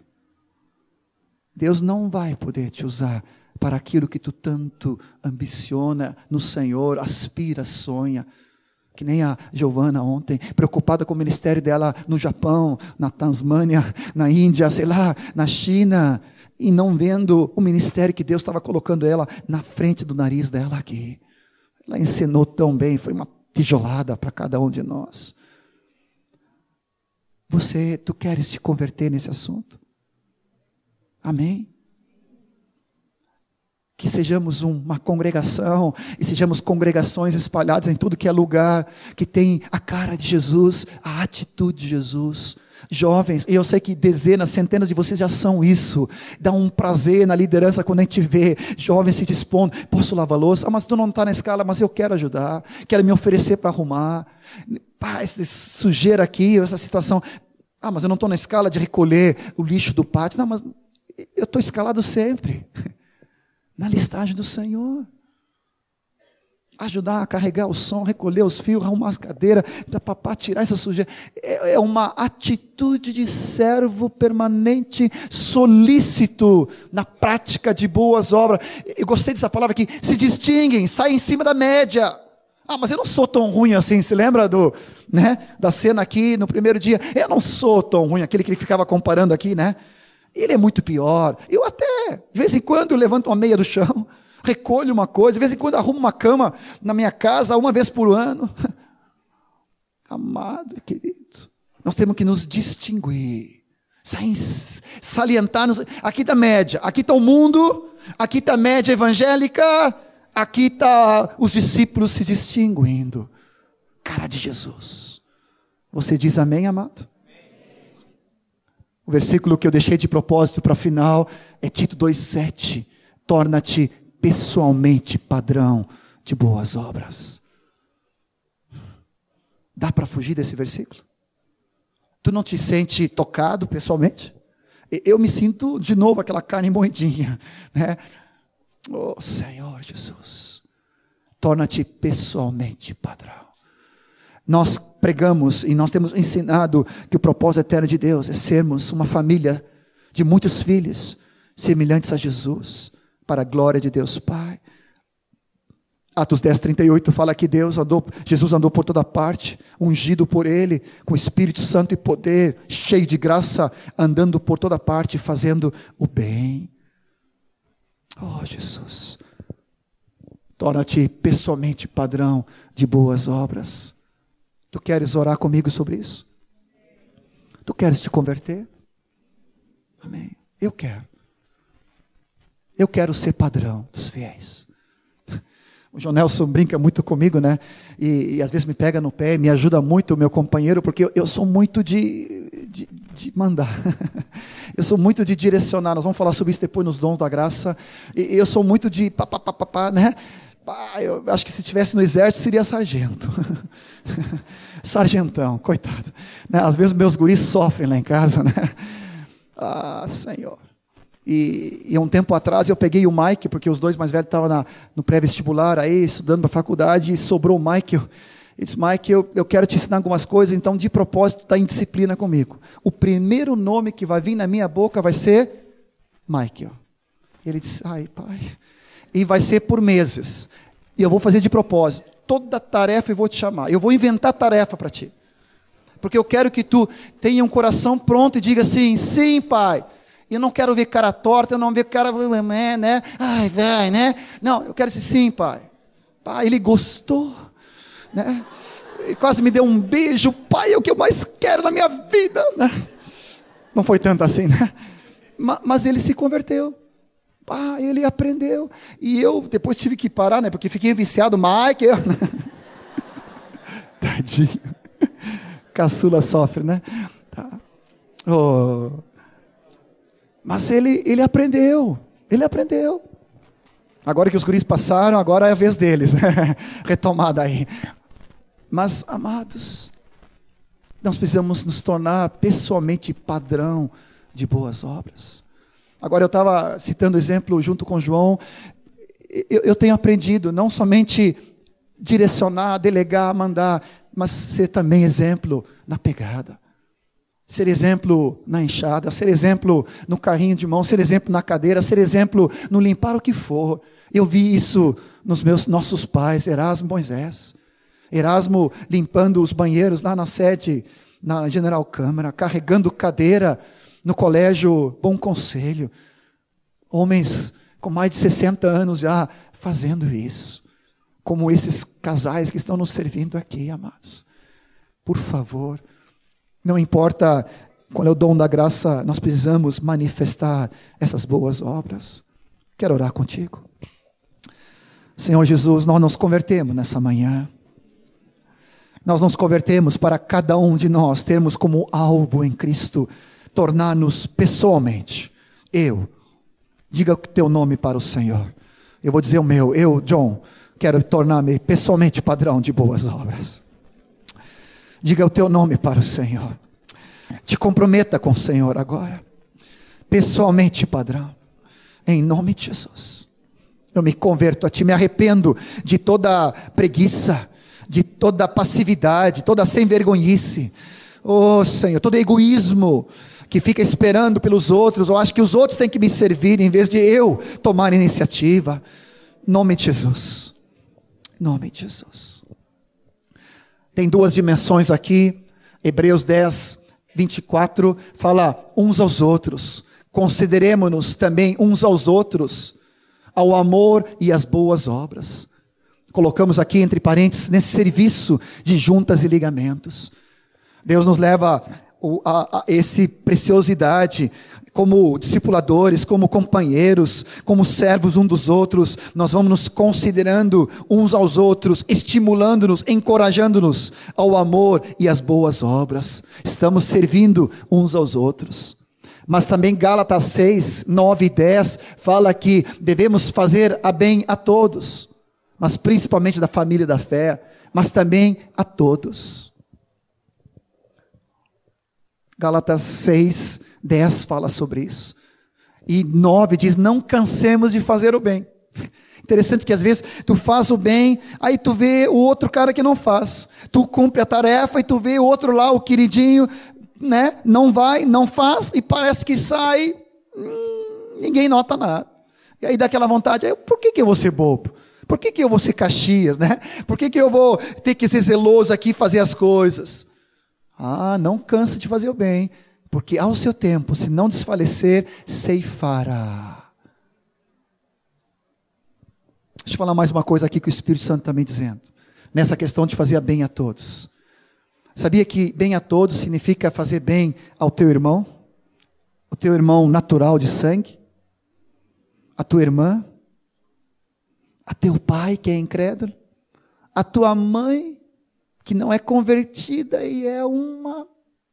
Deus não vai poder te usar para aquilo que tu tanto ambiciona no Senhor, aspira, sonha. Que nem a Giovana ontem, preocupada com o ministério dela no Japão, na Tasmânia, na Índia, sei lá, na China, e não vendo o ministério que Deus estava colocando ela na frente do nariz dela aqui. Ela ensinou tão bem, foi uma tijolada para cada um de nós. Você, tu queres te converter nesse assunto? Amém? Que sejamos uma congregação, e sejamos congregações espalhadas em tudo que é lugar, que tem a cara de Jesus, a atitude de Jesus. Jovens, e eu sei que dezenas, centenas de vocês já são isso, dá um prazer na liderança quando a gente vê jovens se dispondo, posso lavar louça? Ah, mas tu não está na escala, mas eu quero ajudar, quero me oferecer para arrumar, pá, essa sujeira aqui, essa situação, ah, mas eu não estou na escala de recolher o lixo do pátio, não, mas eu estou escalado sempre, na listagem do Senhor. ajudar a carregar o som, recolher os fios, arrumar as cadeiras, papá, tirar essa sujeira. É uma atitude de servo permanente, solícito na prática de boas obras. Eu gostei dessa palavra aqui, se distinguem, saem em cima da média. Ah, mas eu não sou tão ruim assim, se lembra do, né, da cena aqui no primeiro dia? Eu não sou tão ruim, aquele que ele ficava comparando aqui, né? Ele é muito pior. Eu até, de vez em quando, eu levanto uma meia do chão, recolho uma coisa, de vez em quando arrumo uma cama na minha casa, uma vez por ano. Amado e querido, nós temos que nos distinguir, salientar-nos. Aqui está a média, aqui está o mundo, aqui está a média evangélica, aqui está os discípulos se distinguindo. Cara de Jesus. Você diz amém, amado? O versículo que eu deixei de propósito para final é Tito dois, sete. Torna-te pessoalmente padrão de boas obras. Dá para fugir desse versículo? Tu não te sente tocado pessoalmente? Eu me sinto de novo aquela carne moedinha, né? Oh Senhor Jesus, torna-te pessoalmente padrão. Nós pregamos e nós temos ensinado que o propósito eterno de Deus é sermos uma família de muitos filhos semelhantes a Jesus, para a glória de Deus Pai. Atos dez, trinta e oito fala que Deus andou, Jesus andou por toda parte, ungido por Ele, com Espírito Santo e poder, cheio de graça, andando por toda parte, fazendo o bem. Oh Jesus, torna-te pessoalmente padrão de boas obras. Tu queres orar comigo sobre isso? Tu queres te converter? Amém. Eu quero. Eu quero ser padrão dos fiéis. O João Nelson brinca muito comigo, né? E, e às vezes me pega no pé, me ajuda muito o meu companheiro, porque eu, eu sou muito de, de, de mandar. Eu sou muito de direcionar. Nós vamos falar sobre isso depois nos dons da graça. E eu sou muito de pá, pá, pá, pá, pá, né? Eu acho que se estivesse no exército seria sargento. Sargentão, coitado. Né? Às vezes meus guris sofrem lá em casa, né? Ah, Senhor. E, e um tempo atrás eu peguei o Mike, porque os dois mais velhos estavam no pré-vestibular, aí estudando para a faculdade, e sobrou o Mike. Eu, eu disse, Mike, eu, eu quero te ensinar algumas coisas, então de propósito está em disciplina comigo. O primeiro nome que vai vir na minha boca vai ser Michael. Ele disse, ai pai, e vai ser por meses. E eu vou fazer de propósito. Toda tarefa eu vou te chamar. Eu vou inventar tarefa para ti. Porque eu quero que tu tenha um coração pronto e diga assim, sim pai. Eu não quero ver cara torta, eu não ver cara, né? Ai, vai, né? Não, eu quero dizer sim, pai. Pai, ele gostou, né? Ele quase me deu um beijo, pai, é o que eu mais quero na minha vida, né? Não foi tanto assim, né? Mas ele se converteu. Ah, ele aprendeu. E eu depois tive que parar, né? Porque fiquei viciado, Mike. Eu... Tadinho. Caçula sofre, né? Tá. Oh... Mas ele, ele aprendeu, ele aprendeu. Agora que os guris passaram, agora é a vez deles, né? Retomada aí. Mas, amados, nós precisamos nos tornar pessoalmente padrão de boas obras. Agora eu estava citando o exemplo junto com o João. Eu, eu tenho aprendido não somente direcionar, delegar, mandar, mas ser também exemplo na pegada. Ser exemplo na enxada, ser exemplo no carrinho de mão, ser exemplo na cadeira, ser exemplo no limpar o que for. Eu vi isso nos meus nossos pais, Erasmo e Moisés. Erasmo limpando os banheiros lá na sede, na General Câmara, carregando cadeira no colégio Bom Conselho. Homens com mais de sessenta anos já fazendo isso. Como esses casais que estão nos servindo aqui, amados. Por favor. Não importa qual é o dom da graça, nós precisamos manifestar essas boas obras. Quero orar contigo. Senhor Jesus, nós nos convertemos nessa manhã. Nós nos convertemos para cada um de nós termos como alvo em Cristo, tornar-nos pessoalmente. Eu, diga o teu nome para o Senhor. Eu vou dizer o meu, eu, John, quero tornar-me pessoalmente padrão de boas obras. Diga o teu nome para o Senhor. Te comprometa com o Senhor agora. Pessoalmente, padrão. Em nome de Jesus. Eu me converto a Ti, me arrependo de toda preguiça, de toda passividade, toda sem vergonhice. Oh Senhor, todo egoísmo que fica esperando pelos outros, ou acha que os outros têm que me servir, em vez de eu tomar iniciativa. Em nome de Jesus. Em nome de Jesus. Tem duas dimensões aqui. Hebreus dez, vinte e quatro, fala uns aos outros. Consideremo-nos também uns aos outros, ao amor e às boas obras. Colocamos aqui entre parênteses, nesse serviço de juntas e ligamentos. Deus nos leva a, a essa preciosidade, como discipuladores, como companheiros, como servos uns dos outros. Nós vamos nos considerando uns aos outros, estimulando-nos, encorajando-nos ao amor e às boas obras. Estamos servindo uns aos outros. Mas também Gálatas seis, nove e dez fala que devemos fazer a bem a todos, mas principalmente da família da fé, mas também a todos. Gálatas seis, dez fala sobre isso. E nove diz, não cansemos de fazer o bem. Interessante que às vezes tu faz o bem, aí tu vê o outro cara que não faz. Tu cumpre a tarefa e tu vê o outro lá, o queridinho, né? Não vai, não faz, e parece que sai, hum, ninguém nota nada. E aí dá aquela vontade, aí, por que que eu vou ser bobo? Por que que eu vou ser Caxias, né? Por que que eu vou ter que ser zeloso aqui e fazer as coisas? Ah, não cansa de fazer o bem, porque ao seu tempo, se não desfalecer, ceifará. Deixa eu falar mais uma coisa aqui que o Espírito Santo está me dizendo, nessa questão de fazer bem a todos. Sabia que bem a todos significa fazer bem ao teu irmão? O teu irmão natural de sangue? A tua irmã? A teu pai que é incrédulo? A tua mãe que não é convertida e é uma...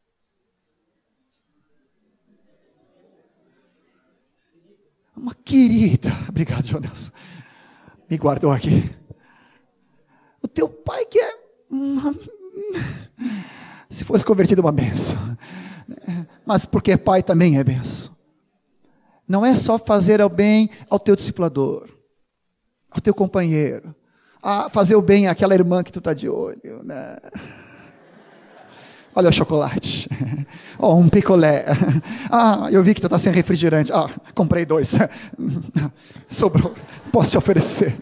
Uma querida. Obrigado, João Nelson. Me guardou aqui. O teu pai que é uma... Se fosse convertido, uma benção. Mas porque pai também é benção. Não é só fazer o bem ao teu discipulador, ao teu companheiro, a fazer o bem àquela irmã que tu está de olho, né? Olha o chocolate. Oh, um picolé. Ah, eu vi que tu está sem refrigerante. Ah, comprei dois. Sobrou. Posso te oferecer.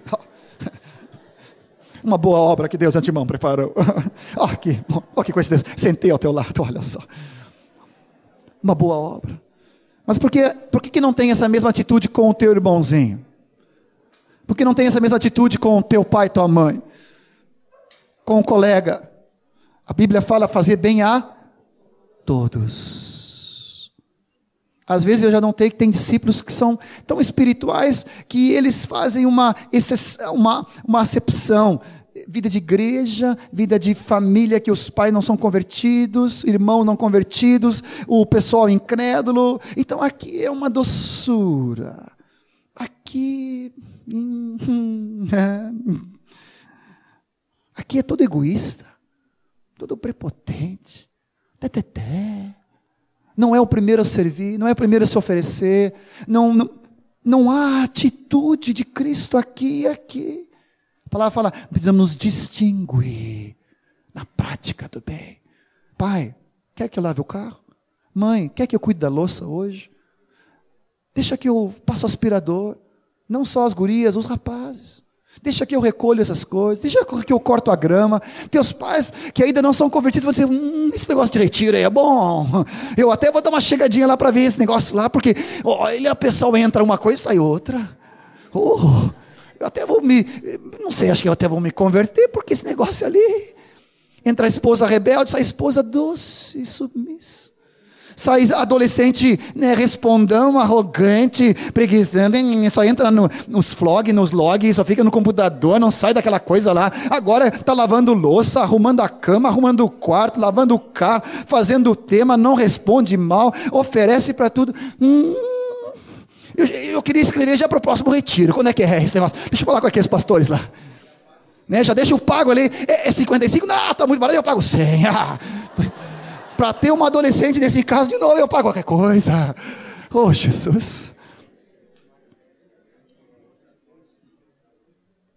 Uma boa obra que Deus de antemão preparou. Oh, que, oh, que coincidência. Sentei ao teu lado, olha só. Uma boa obra. Mas por que, por que, que não tem essa mesma atitude com o teu irmãozinho? Por que não tem essa mesma atitude com o teu pai e tua mãe? Com o colega? A Bíblia fala fazer bem a todos. Às vezes eu já não tenho que tem discípulos que são tão espirituais que eles fazem uma, uma, uma acepção. Vida de igreja, vida de família que os pais não são convertidos, irmãos não convertidos, o pessoal incrédulo. Então aqui é uma doçura. Aqui... Aqui é todo egoísta, todo prepotente, teteté. Não é o primeiro a servir, não é o primeiro a se oferecer, não, não, não há atitude de Cristo aqui e aqui. A palavra fala, precisamos nos distinguir na prática do bem. Pai, quer que eu lave o carro? Mãe, quer que eu cuide da louça hoje? Deixa que eu passe o aspirador. Não só as gurias, os rapazes. Deixa que eu recolho essas coisas. Deixa que eu corto a grama. Teus pais que ainda não são convertidos vão dizer, hum, esse negócio de retiro aí é bom. Eu até vou dar uma chegadinha lá para ver esse negócio lá, porque olha, a pessoa entra uma coisa e sai outra. Oh, eu até vou me, não sei, acho que eu até vou me converter, porque esse negócio ali, entra a esposa rebelde, sai a esposa doce e submissa. Sai adolescente, né, respondão, arrogante, preguiçando, só entra no, nos flog, nos log, só fica no computador, não sai daquela coisa lá. Agora está lavando louça, arrumando a cama, arrumando o quarto, lavando o carro, fazendo o tema, não responde mal, oferece para tudo. Hum, eu, eu queria escrever já para o próximo retiro. Quando é que é esse negócio? Deixa eu falar com aqueles pastores lá. Né, já deixa eu pago ali, é, é cinquenta e cinco? Não, está muito barato, eu pago cem. Ah. Para ter uma adolescente nesse caso, de novo, eu pago qualquer coisa. Oh, Jesus.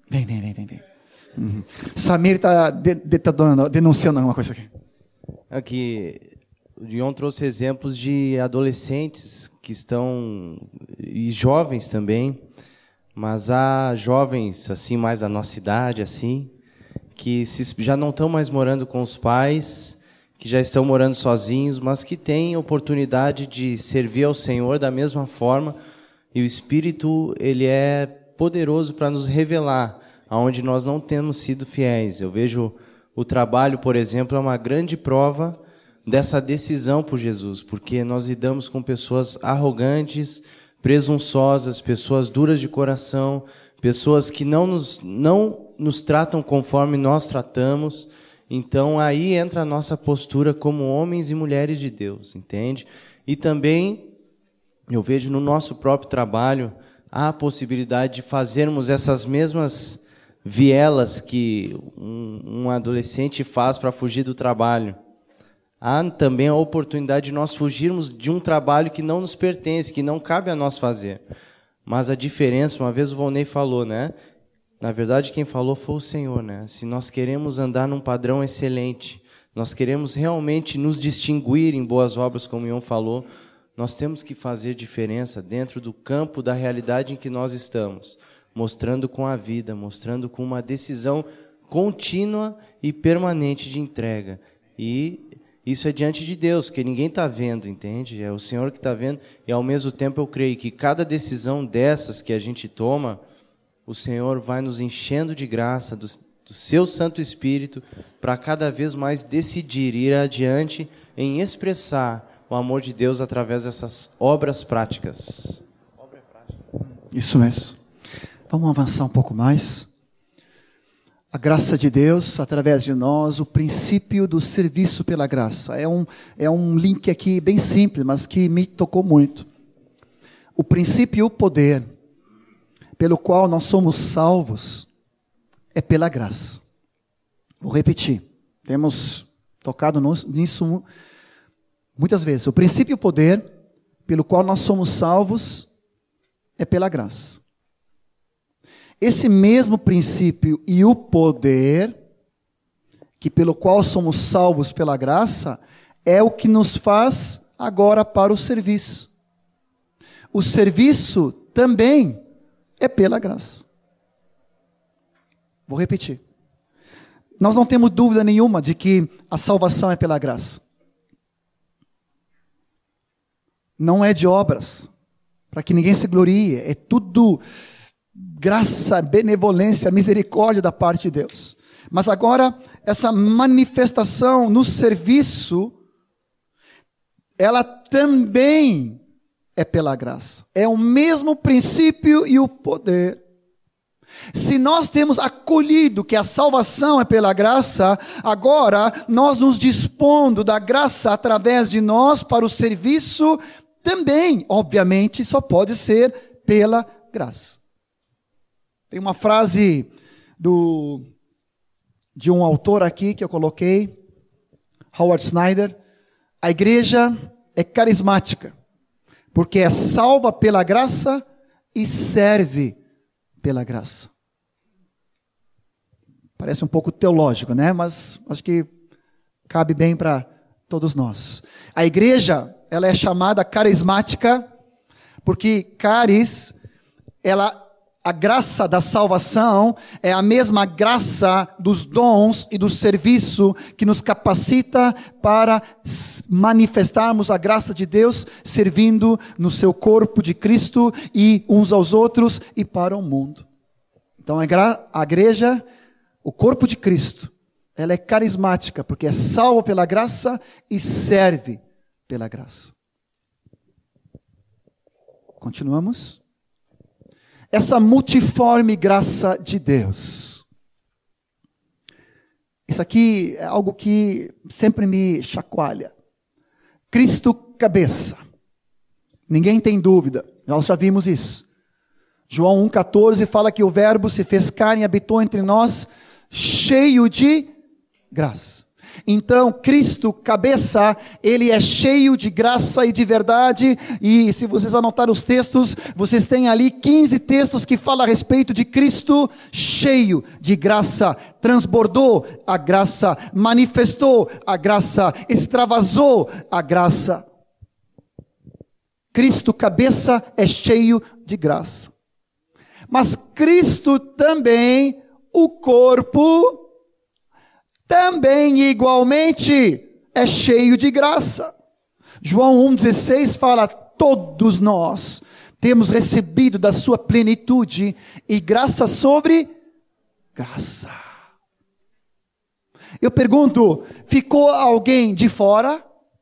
Vem, vem, vem, vem. vem. Uhum. Samir está de, de, tá denunciando alguma coisa aqui. Aqui, o Dion trouxe exemplos de adolescentes que estão, e jovens também, mas há jovens assim mais da nossa idade, assim, que se, já não estão mais morando com os pais, que já estão morando sozinhos, mas que têm oportunidade de servir ao Senhor da mesma forma, e o Espírito ele é poderoso para nos revelar aonde nós não temos sido fiéis. Eu vejo o trabalho, por exemplo, é uma grande prova dessa decisão por Jesus, porque nós lidamos com pessoas arrogantes, presunçosas, pessoas duras de coração, pessoas que não nos, não nos tratam conforme nós tratamos. Então, aí entra a nossa postura como homens e mulheres de Deus, entende? E também, eu vejo no nosso próprio trabalho, há a possibilidade de fazermos essas mesmas vielas que um, um adolescente faz para fugir do trabalho. Há também a oportunidade de nós fugirmos de um trabalho que não nos pertence, que não cabe a nós fazer. Mas a diferença, uma vez o Volney falou, né? Na verdade, quem falou foi o Senhor, né? Se nós queremos andar num padrão excelente, nós queremos realmente nos distinguir em boas obras, como o Ion falou, nós temos que fazer diferença dentro do campo da realidade em que nós estamos, mostrando com a vida, mostrando com uma decisão contínua e permanente de entrega. E isso é diante de Deus, que ninguém está vendo, entende? É o Senhor que está vendo, e ao mesmo tempo eu creio que cada decisão dessas que a gente toma, o Senhor vai nos enchendo de graça, do, do seu Santo Espírito, para cada vez mais decidir ir adiante em expressar o amor de Deus através dessas obras práticas. Isso mesmo. Vamos avançar um pouco mais. A graça de Deus, através de nós, o princípio do serviço pela graça. É um, é um link aqui bem simples, mas que me tocou muito. O princípio e o poder pelo qual nós somos salvos é pela graça. Vou repetir. Temos tocado nisso muitas vezes. O princípio e o poder pelo qual nós somos salvos é pela graça. Esse mesmo princípio e o poder, que pelo qual somos salvos pela graça, é o que nos faz agora para o serviço. O serviço também é pela graça. Vou repetir. Nós não temos dúvida nenhuma de que a salvação é pela graça. Não é de obras, para que ninguém se glorie, é tudo graça, benevolência, misericórdia da parte de Deus. Mas agora, essa manifestação no serviço, ela também é pela graça. É o mesmo princípio e o poder. Se nós temos acolhido que a salvação é pela graça, agora nós nos dispondo da graça através de nós para o serviço também, obviamente, só pode ser pela graça. Tem uma frase do, de um autor aqui que eu coloquei, Howard Snyder: a igreja é carismática, porque é salva pela graça e serve pela graça. Parece um pouco teológico, né? Mas acho que cabe bem para todos nós. A igreja, ela é chamada carismática, porque caris, ela... A graça da salvação é a mesma graça dos dons e do serviço que nos capacita para manifestarmos a graça de Deus, servindo no seu corpo de Cristo e uns aos outros e para o mundo. Então a igreja, o corpo de Cristo, ela é carismática, porque é salva pela graça e serve pela graça. Continuamos? Essa multiforme graça de Deus. Isso aqui é algo que sempre me chacoalha. Cristo cabeça. Ninguém tem dúvida. Nós já vimos isso. João um, catorze fala que o Verbo se fez carne e habitou entre nós, cheio de graça. Então, Cristo, cabeça, Ele é cheio de graça e de verdade, e se vocês anotarem os textos, vocês têm ali quinze textos que falam a respeito de Cristo cheio de graça, transbordou a graça, manifestou a graça, extravasou a graça. Cristo, cabeça, é cheio de graça. Mas Cristo também, o corpo, também igualmente é cheio de graça. João um dezesseis fala: todos nós temos recebido da sua plenitude e graça sobre graça. Eu pergunto, ficou alguém de fora?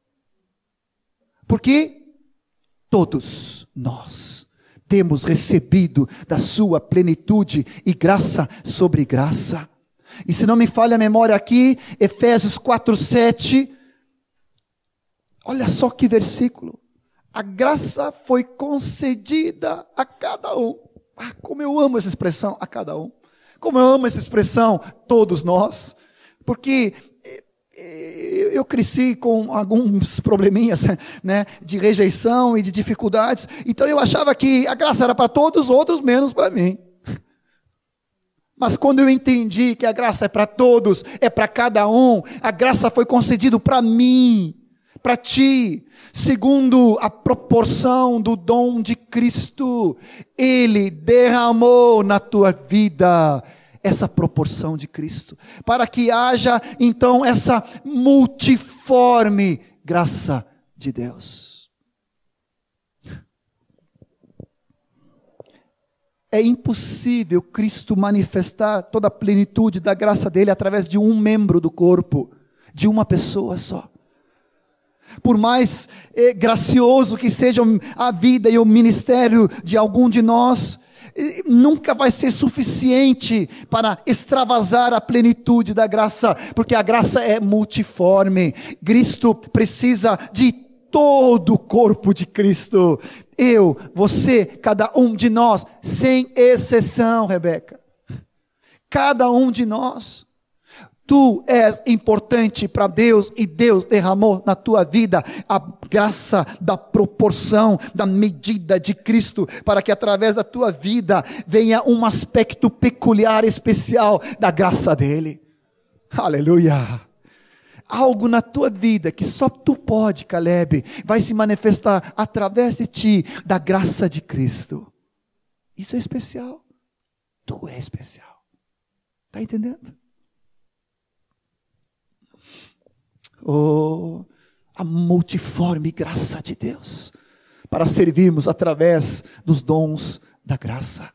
Porque todos nós temos recebido da sua plenitude e graça sobre graça. E se não me falha a memória aqui, Efésios quatro, sete, olha só que versículo. A graça foi concedida a cada um. Ah, como eu amo essa expressão, a cada um. Como eu amo essa expressão, todos nós. Porque eu cresci com alguns probleminhas, né, de rejeição e de dificuldades. Então eu achava que a graça era para todos os outros, menos para mim. Mas quando eu entendi que a graça é para todos, é para cada um, a graça foi concedida para mim, para ti, segundo a proporção do dom de Cristo. Ele derramou na tua vida essa proporção de Cristo, para que haja então essa multiforme graça de Deus. É impossível Cristo manifestar toda a plenitude da graça dele através de um membro do corpo, de uma pessoa só. Por mais eh, gracioso que seja a vida e o ministério de algum de nós, eh, nunca vai ser suficiente para extravasar a plenitude da graça, porque a graça é multiforme. Cristo precisa de todo o corpo de Cristo. Eu, você, cada um de nós, sem exceção, Rebeca. Cada um de nós. Tu és importante para Deus e Deus derramou na tua vida a graça da proporção, da medida de Cristo, para que através da tua vida venha um aspecto peculiar, especial da graça dele. Aleluia! Algo na tua vida que só tu pode, Caleb, vai se manifestar através de ti, da graça de Cristo. Isso é especial. Tu é especial. Está entendendo? Oh, a multiforme graça de Deus, para servirmos através dos dons da graça.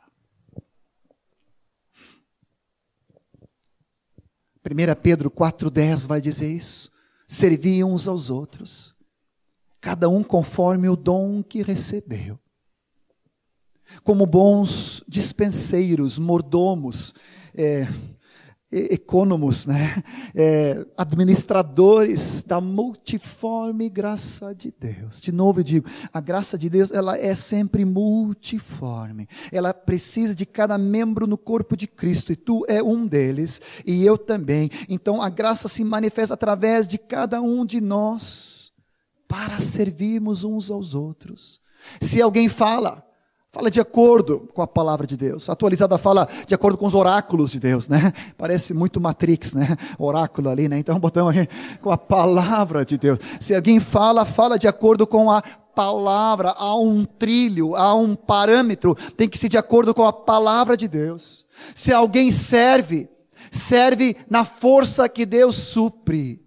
primeira Pedro quatro, dez vai dizer isso. Servi uns aos outros, cada um conforme o dom que recebeu, como bons dispenseiros, mordomos, é, econômos, né? É, administradores da multiforme graça de Deus. De novo eu digo, a graça de Deus, ela é sempre multiforme. Ela precisa de cada membro no corpo de Cristo, e tu é um deles, e eu também. Então a graça se manifesta através de cada um de nós, para servirmos uns aos outros. Se alguém fala, fala de acordo com a palavra de Deus. A atualizada fala de acordo com os oráculos de Deus, né? Parece muito Matrix, né? Oráculo ali, né? Então botamos aqui com a palavra de Deus. Se alguém fala, fala de acordo com a palavra. Há um trilho, há um parâmetro. Tem que ser de acordo com a palavra de Deus. Se alguém serve, serve na força que Deus supre.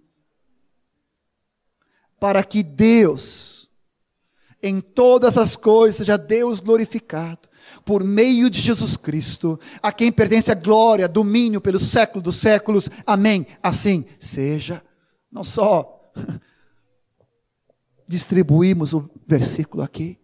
Para que Deus, em todas as coisas, seja Deus glorificado, por meio de Jesus Cristo, a quem pertence a glória, domínio pelos séculos dos séculos. Amém. Assim seja. Não só distribuímos o versículo aqui.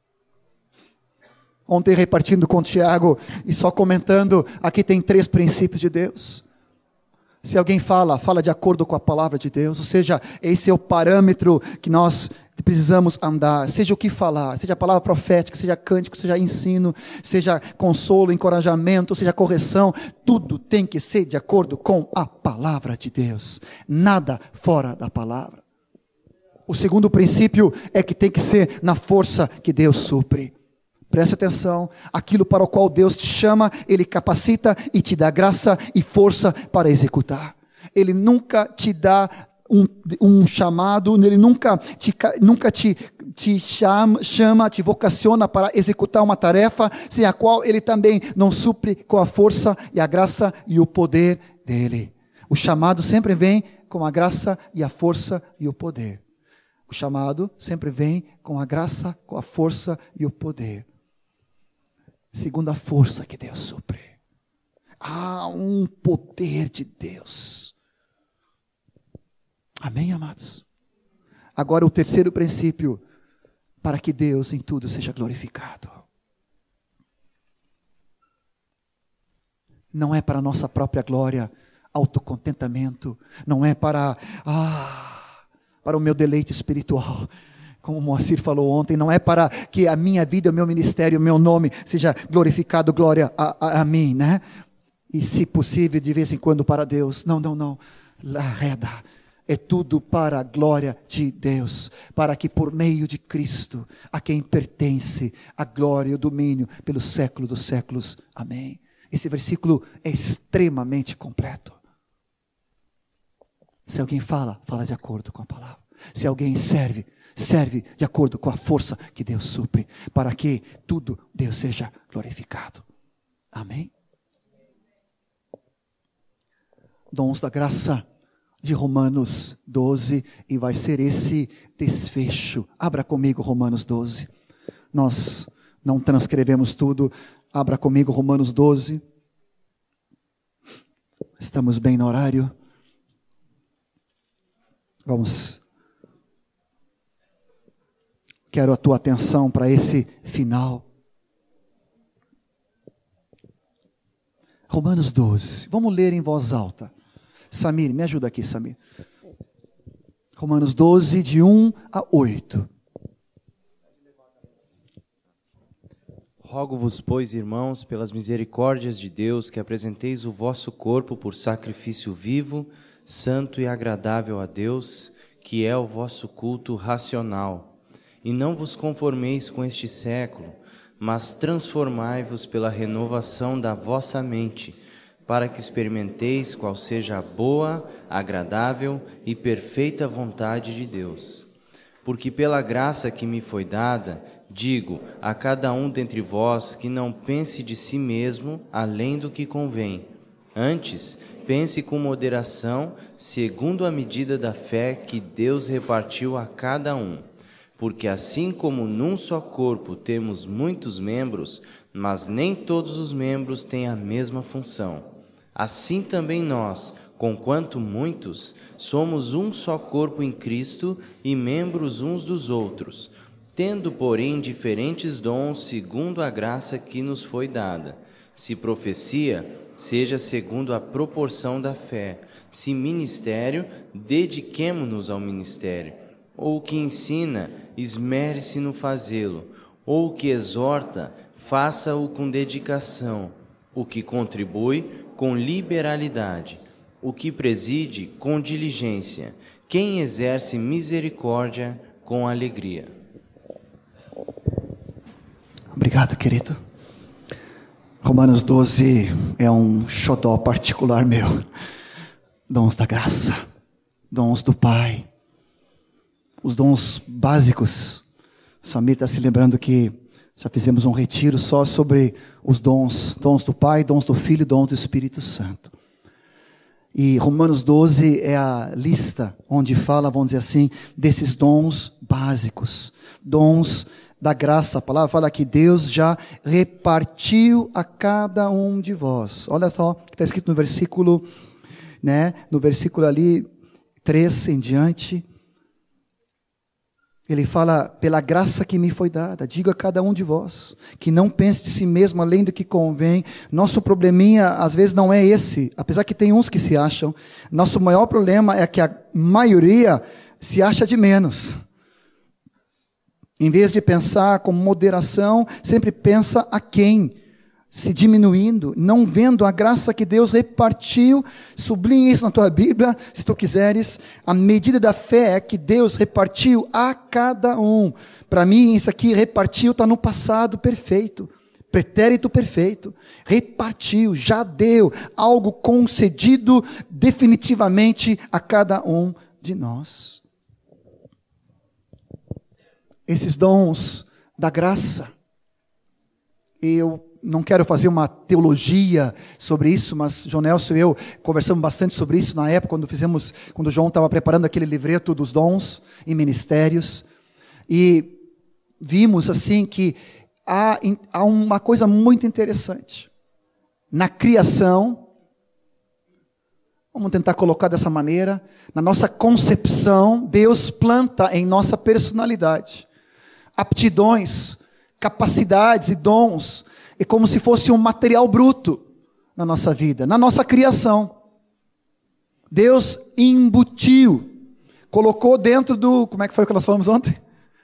Ontem repartindo com o Tiago e só comentando, aqui tem três princípios de Deus. Se alguém fala, fala de acordo com a palavra de Deus, ou seja, esse é o parâmetro que nós precisamos andar, seja o que falar, seja a palavra profética, seja cântico, seja ensino, seja consolo, encorajamento, seja correção, tudo tem que ser de acordo com a palavra de Deus, nada fora da palavra. O segundo princípio é que tem que ser na força que Deus supre. Preste atenção, aquilo para o qual Deus te chama, Ele capacita e te dá graça e força para executar. Ele nunca te dá um, um chamado, Ele nunca te, nunca te, te chama, chama, te vocaciona para executar uma tarefa, sem a qual Ele também não supre com a força e a graça e o poder dEle. O chamado sempre vem com a graça e a força e o poder. O chamado sempre vem com a graça, com a força e o poder. Segundo a força que Deus supre. Há um poder de Deus. Amém, amados? Agora o terceiro princípio, para que Deus em tudo seja glorificado. Não é para a nossa própria glória, autocontentamento. Não é para... Ah, para o meu deleite espiritual, como o Moacir falou ontem, não é para que a minha vida, o meu ministério, o meu nome seja glorificado, glória a, a, a mim, né? E se possível, de vez em quando para Deus. Não, não, não. La reda. É tudo para a glória de Deus, para que por meio de Cristo, a quem pertence a glória e o domínio pelos séculos dos séculos. Amém. Esse versículo é extremamente completo. Se alguém fala, fala de acordo com a palavra. Se alguém serve, serve de acordo com a força que Deus supre, para que tudo Deus seja glorificado. Amém? Dons da graça de Romanos doze, e vai ser esse desfecho. Abra comigo Romanos doze. Nós não transcrevemos tudo. Abra comigo Romanos doze. Estamos bem no horário. Vamos, quero a tua atenção para esse final. Romanos doze, vamos ler em voz alta. Samir, me ajuda aqui, Samir. Romanos doze, de um a oito. Rogo-vos, pois, irmãos, pelas misericórdias de Deus, que apresenteis o vosso corpo por sacrifício vivo, santo e agradável a Deus, que é o vosso culto racional. E não vos conformeis com este século, mas transformai-vos pela renovação da vossa mente, para que experimenteis qual seja a boa, agradável e perfeita vontade de Deus. Porque pela graça que me foi dada, digo a cada um dentre vós que não pense de si mesmo além do que convém. Antes, pense com moderação, segundo a medida da fé que Deus repartiu a cada um. Porque assim como num só corpo temos muitos membros, mas nem todos os membros têm a mesma função. Assim também nós, conquanto muitos, somos um só corpo em Cristo e membros uns dos outros, tendo, porém, diferentes dons segundo a graça que nos foi dada. Se profecia, seja segundo a proporção da fé. Se ministério, dediquemo-nos ao ministério. Ou que ensina, esmere-se no fazê-lo. Ou que exorta, faça-o com dedicação. O que contribui, com liberalidade. O que preside, com diligência. Quem exerce misericórdia, com alegria. Obrigado, querido. Romanos doze é um xodó particular meu. Dons da graça, dons do Pai, os dons básicos. Samir está se lembrando que já fizemos um retiro só sobre os dons, dons do Pai, dons do Filho, dons do Espírito Santo. E Romanos doze é a lista onde fala, vamos dizer assim, desses dons básicos, dons da graça. A palavra fala que Deus já repartiu a cada um de vós. Olha só o que está escrito no versículo, né? No versículo ali, três em diante. Ele fala, pela graça que me foi dada, digo a cada um de vós, que não pense de si mesmo além do que convém. Nosso probleminha, às vezes, não é esse, apesar que tem uns que se acham. Nosso maior problema é que a maioria se acha de menos. Em vez de pensar com moderação, sempre pensa a quem? Se diminuindo, não vendo a graça que Deus repartiu. Sublinhe isso na tua Bíblia, se tu quiseres. A medida da fé é que Deus repartiu a cada um. Para mim, isso aqui, repartiu, está no passado perfeito. Pretérito perfeito. Repartiu, já deu algo concedido definitivamente a cada um de nós. Esses dons da graça, eu não quero fazer uma teologia sobre isso, mas João Nelson e eu conversamos bastante sobre isso na época, quando fizemos, quando o João estava preparando aquele livreto dos dons e ministérios, e vimos assim que há, há uma coisa muito interessante. Na criação, vamos tentar colocar dessa maneira, na nossa concepção, Deus planta em nossa personalidade aptidões, capacidades e dons. É como se fosse um material bruto na nossa vida, na nossa criação. Deus embutiu, colocou dentro do, como é que foi que nós falamos ontem?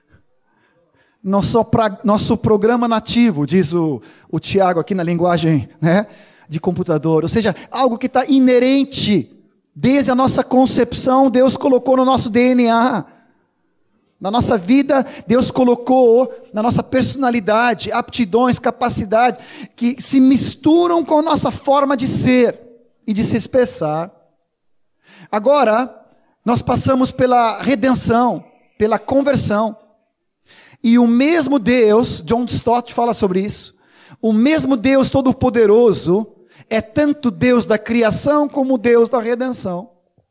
Nosso, pra, nosso programa nativo, diz o, o Tiago aqui na linguagem, né, de computador. Ou seja, algo que está inerente, desde a nossa concepção, Deus colocou no nosso D N A. Na nossa vida, Deus colocou na nossa personalidade, aptidões, capacidades, que se misturam com a nossa forma de ser e de se expressar. Agora, nós passamos pela redenção, pela conversão. E o mesmo Deus, John Stott fala sobre isso, o mesmo Deus Todo-Poderoso é tanto Deus da criação como Deus da redenção.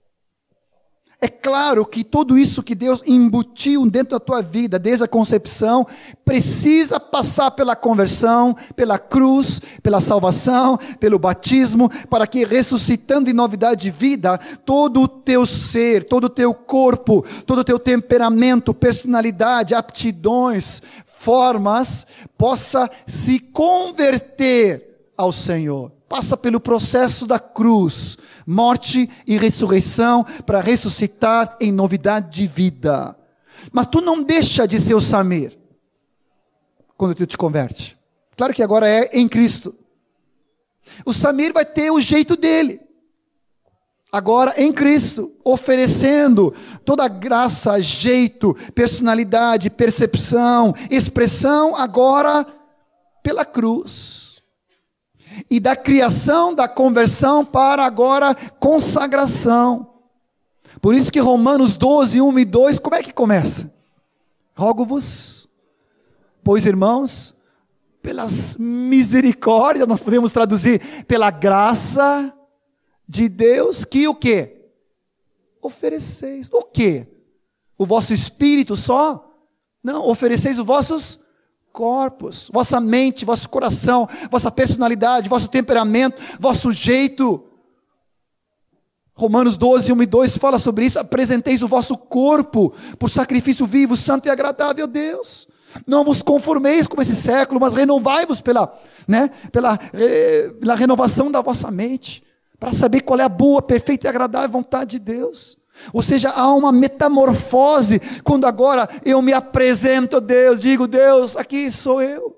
É claro que tudo isso que Deus embutiu dentro da tua vida, desde a concepção, precisa passar pela conversão, pela cruz, pela salvação, pelo batismo, para que, ressuscitando em novidade de vida, todo o teu ser, todo o teu corpo, todo o teu temperamento, personalidade, aptidões, formas, possa se converter ao Senhor. Passa pelo processo da cruz, morte e ressurreição, para ressuscitar em novidade de vida. Mas tu não deixa de ser o Samir, quando tu te converte. Claro que agora é em Cristo. O Samir vai ter o jeito dele. Agora em Cristo, oferecendo toda a graça, jeito, personalidade, percepção, expressão, agora pela cruz. E da criação, da conversão para agora consagração. Por isso que Romanos doze, um e dois, como é que começa? Rogo-vos, pois irmãos, pelas misericórdias, nós podemos traduzir, pela graça de Deus, que o quê? Ofereceis. O quê? O vosso espírito só? Não, ofereceis os vossos corpos, vossa mente, vosso coração, vossa personalidade, vosso temperamento, vosso jeito. Romanos doze, um e dois fala sobre isso. Apresenteis o vosso corpo por sacrifício vivo, santo e agradável a Deus. Não vos conformeis com esse século, mas renovai-vos pela, né, pela, eh, pela renovação da vossa mente, para saber qual é a boa, perfeita e agradável vontade de Deus. Ou seja, há uma metamorfose, quando agora eu me apresento a Deus, digo, Deus, aqui sou eu,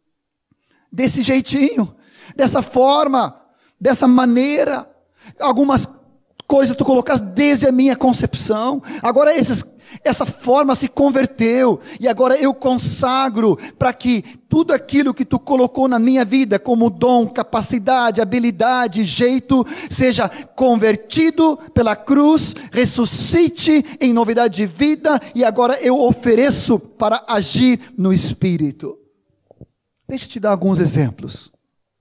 desse jeitinho, dessa forma, dessa maneira. Algumas coisas tu colocaste desde a minha concepção, agora esses essa forma se converteu, e agora eu consagro para que tudo aquilo que tu colocou na minha vida, como dom, capacidade, habilidade, jeito, seja convertido pela cruz, ressuscite em novidade de vida, e agora eu ofereço para agir no Espírito. Deixa eu te dar alguns exemplos.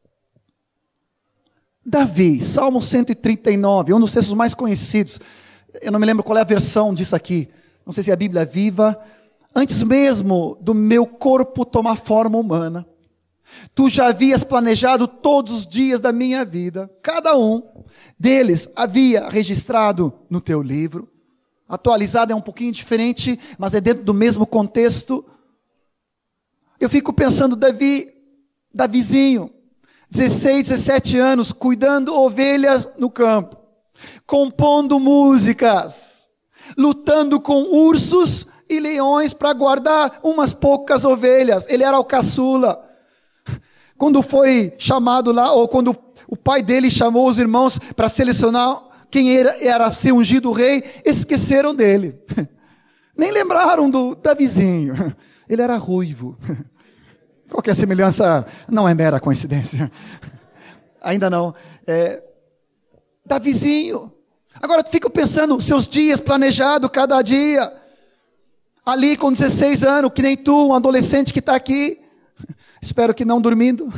Davi, Salmo cento e trinta e nove, um dos textos mais conhecidos, eu não me lembro qual é a versão disso aqui, não sei se é a Bíblia Viva. Antes mesmo do meu corpo tomar forma humana, tu já havias planejado todos os dias da minha vida. Cada um deles havia registrado no teu livro. Atualizado é um pouquinho diferente, mas é dentro do mesmo contexto. Eu fico pensando, Davi, Davizinho, dezesseis, dezessete anos, cuidando ovelhas no campo, compondo músicas, lutando com ursos e leões para guardar umas poucas ovelhas. Ele era o caçula. Quando foi chamado lá, ou quando o pai dele chamou os irmãos para selecionar quem era, era ser ungido rei, esqueceram dele. Nem lembraram do Davizinho. Ele era ruivo. Qualquer semelhança não é mera coincidência. Ainda não. É, Davizinho. Agora tu fica pensando, seus dias planejados cada dia. Ali com dezesseis anos, que nem tu, um adolescente que está aqui. Espero que não dormindo.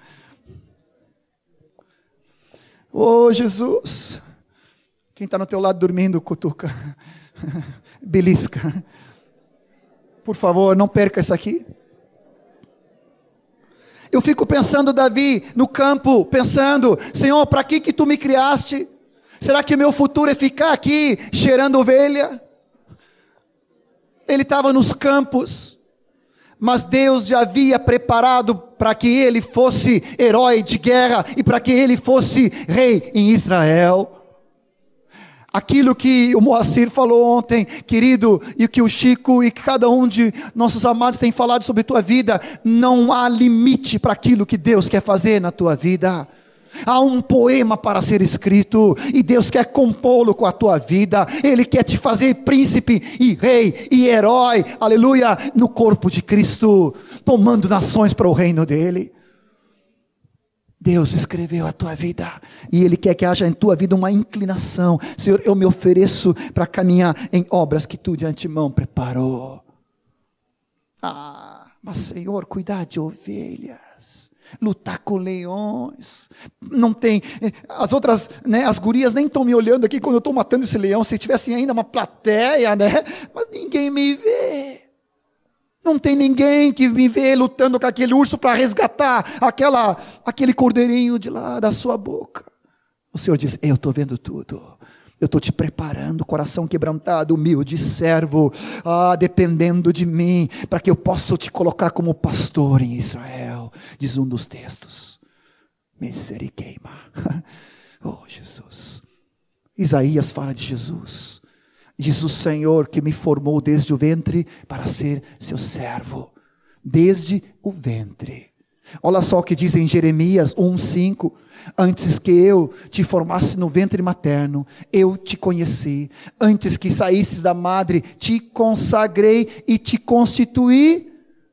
Oh, Jesus. Quem está no teu lado dormindo, cutuca. Belisca. Por favor, não perca isso aqui. Eu fico pensando, Davi, no campo, pensando, Senhor, para que que tu me criaste? Será que o meu futuro é ficar aqui cheirando ovelha? Ele estava nos campos, mas Deus já havia preparado para que ele fosse herói de guerra e para que ele fosse rei em Israel. Aquilo que o Moacir falou ontem, querido, e o que o Chico e cada um de nossos amados tem falado sobre tua vida, não há limite para aquilo que Deus quer fazer na tua vida. Há um poema para ser escrito, e Deus quer compô-lo com a tua vida. Ele quer te fazer príncipe e rei e herói, aleluia, no corpo de Cristo, tomando nações para o reino dele. Deus escreveu a tua vida, e Ele quer que haja em tua vida uma inclinação. Senhor, eu me ofereço para caminhar em obras que tu de antemão preparou. Ah, mas Senhor, cuidar de ovelhas, lutar com leões, não tem, as outras, né, as gurias nem estão me olhando aqui quando eu estou matando esse leão, se tivesse ainda uma plateia, né, mas ninguém me vê. Não tem ninguém que me vê lutando com aquele urso para resgatar aquela, aquele cordeirinho de lá da sua boca. O Senhor diz, eu estou vendo tudo. Eu estou te preparando, coração quebrantado, humilde, servo, ah, dependendo de mim, para que eu possa te colocar como pastor em Israel. Diz um dos textos. Misericórdia. Oh, Jesus. Isaías fala de Jesus. Diz o Senhor que me formou desde o ventre para ser seu servo. Desde o ventre. Olha só o que diz em Jeremias um, cinco. Antes que eu te formasse no ventre materno, eu te conheci. Antes que saísses da madre, te consagrei e te constituí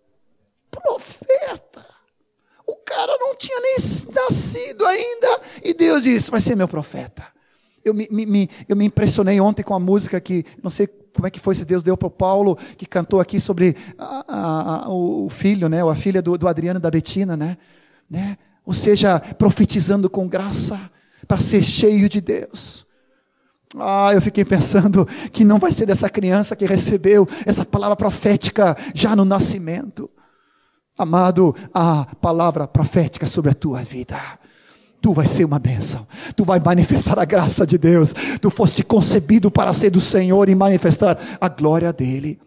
profeta. O cara não tinha nem nascido ainda. E Deus disse, vai ser meu profeta. Eu me, me, eu me impressionei ontem com a música que, não sei como é que foi, se Deus deu para o Paulo, que cantou aqui sobre a, a, a, o filho, né, ou a filha do, do Adriano e da Betina, né, né? Ou seja, profetizando com graça, para ser cheio de Deus. Ah, eu fiquei pensando que não vai ser dessa criança que recebeu essa palavra profética já no nascimento. Amado, a palavra profética sobre a tua vida. Tu vai ser uma bênção, tu vai manifestar a graça de Deus, tu foste concebido para ser do Senhor e manifestar a glória dEle.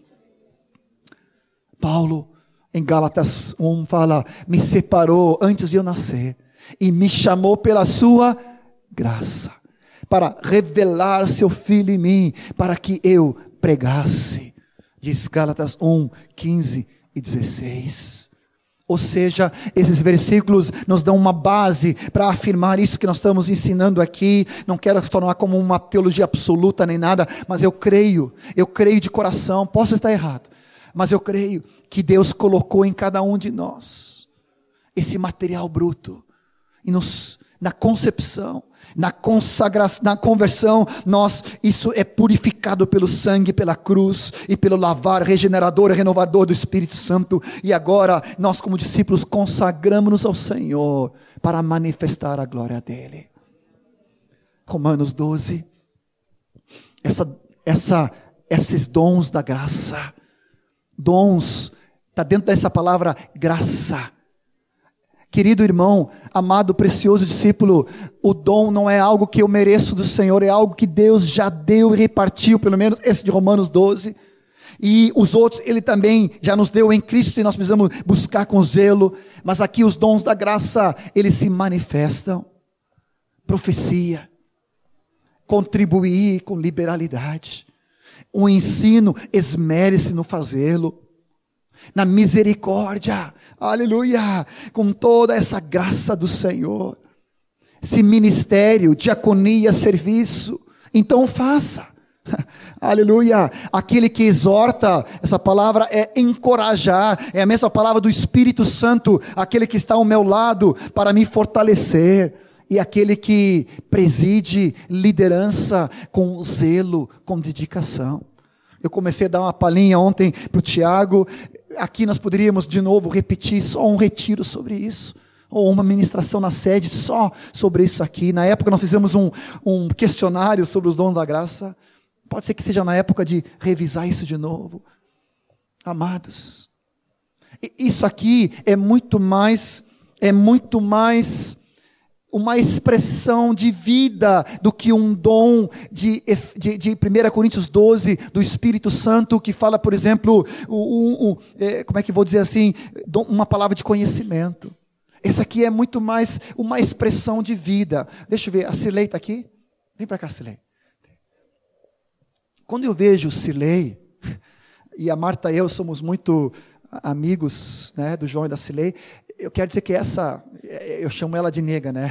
Paulo, em Gálatas um, fala, me separou antes de eu nascer, e me chamou pela sua graça, para revelar seu Filho em mim, para que eu pregasse. Diz Gálatas um, quinze e dezesseis. Ou seja, esses versículos nos dão uma base para afirmar isso que nós estamos ensinando aqui. Não quero tornar como uma teologia absoluta nem nada, mas eu creio, eu creio de coração, posso estar errado, mas eu creio que Deus colocou em cada um de nós esse material bruto, e nos, na concepção, na consagração, na conversão, nós, isso é purificado pelo sangue, pela cruz e pelo lavar regenerador e renovador do Espírito Santo, e agora nós como discípulos consagramos-nos ao Senhor para manifestar a glória dEle. Romanos doze, essa, essa, esses dons da graça, dons, está dentro dessa palavra graça. Querido irmão, amado, precioso discípulo, o dom não é algo que eu mereço do Senhor, é algo que Deus já deu e repartiu, pelo menos esse de Romanos doze, e os outros Ele também já nos deu em Cristo, e nós precisamos buscar com zelo, mas aqui os dons da graça, eles se manifestam. Profecia, contribuir com liberalidade, O ensino, esmere-se no fazê-lo. Na misericórdia, aleluia, com toda essa graça do Senhor. Esse ministério, diaconia, serviço, então faça. Aleluia. Aquele que exorta, essa palavra é encorajar, é a mesma palavra do Espírito Santo, aquele que está ao meu lado para me fortalecer, e aquele que preside liderança com zelo, com dedicação. Eu comecei a dar uma palhinha ontem para o Tiago, aqui nós poderíamos de novo repetir só um retiro sobre isso, ou uma ministração na sede só sobre isso aqui. Na época nós fizemos um, um questionário sobre os dons da graça. Pode ser que seja na época de revisar isso de novo. Amados, isso aqui é muito mais, é muito mais uma expressão de vida do que um dom de, de, de primeira Coríntios doze, do Espírito Santo, que fala, por exemplo, o, o, o, é, como é que vou dizer assim, uma palavra de conhecimento. Esse aqui é muito mais uma expressão de vida. Deixa eu ver, a Cilei está aqui? Vem para cá, Cilei. Quando eu vejo o Cilei, e a Marta e eu somos muito amigos, né, do João e da Cilei, eu quero dizer que essa, eu chamo ela de nega, né?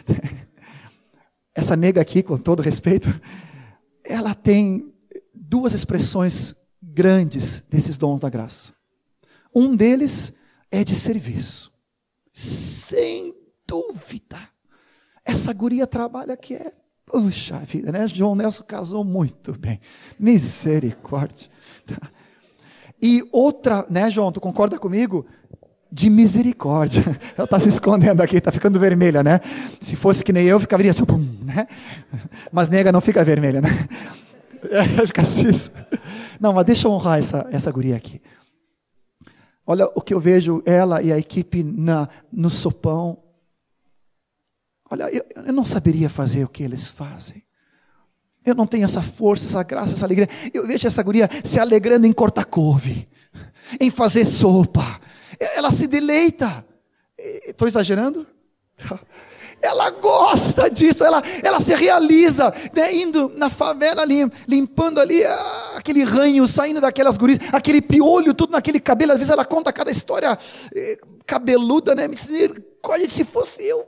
Essa nega aqui, com todo respeito, ela tem duas expressões grandes desses dons da graça. Um deles é de serviço. Sem dúvida. Essa guria trabalha que é, puxa vida, né? João Nelson casou muito bem. Misericórdia. E outra, né, João, tu concorda comigo? De misericórdia. Ela está se escondendo aqui, está ficando vermelha, né? Se fosse que nem eu, ficaria assim, pum, né? Mas nega não fica vermelha, né? É, fica assim. Não, mas deixa eu honrar essa, essa guria aqui. Olha o que eu vejo, ela e a equipe na, no sopão. Olha, eu, eu não saberia fazer o que eles fazem. Eu não tenho essa força, essa graça, essa alegria. Eu vejo essa guria se alegrando em cortar couve, em fazer sopa. Ela se deleita. Estou exagerando? Ela gosta disso, ela, ela se realiza, né, indo na favela ali, limpando ali ah, aquele ranho, saindo daquelas gurias, aquele piolho, tudo naquele cabelo. Às vezes ela conta cada história eh, cabeluda, né? Misericórdia, se fosse eu.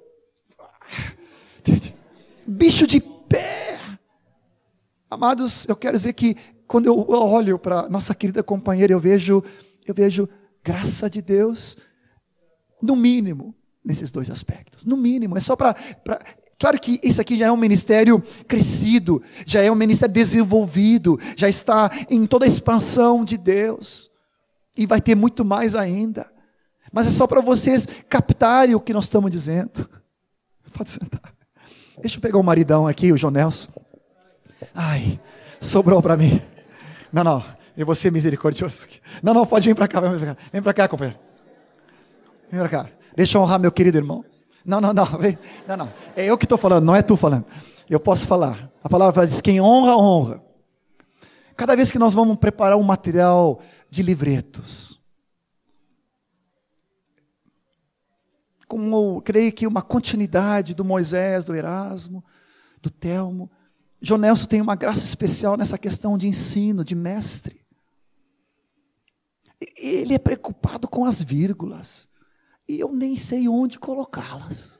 Bicho de pé. Amados, eu quero dizer que quando eu olho para nossa querida companheira, eu vejo, eu vejo graça de Deus, no mínimo, nesses dois aspectos. No mínimo, é só para... Claro que isso aqui já é um ministério crescido, já é um ministério desenvolvido, já está em toda a expansão de Deus. E vai ter muito mais ainda. Mas é só para vocês captarem o que nós estamos dizendo. Pode sentar. Deixa eu pegar o maridão aqui, o João Nelson. Ai, sobrou para mim. Não, não, eu vou ser misericordioso. Não, não, pode vir para cá, vem para cá. Vem para cá, companheiro. Vem para cá. Deixa eu honrar meu querido irmão. Não, não, não, vem. Não, não. É eu que estou falando, não é tu falando. Eu posso falar. A palavra diz, quem honra, honra. Cada vez que nós vamos preparar um material de livretos, como eu creio que uma continuidade do Moisés, do Erasmo, do Telmo, João Nelson tem uma graça especial nessa questão de ensino, de mestre. Ele é preocupado com as vírgulas. E eu nem sei onde colocá-las.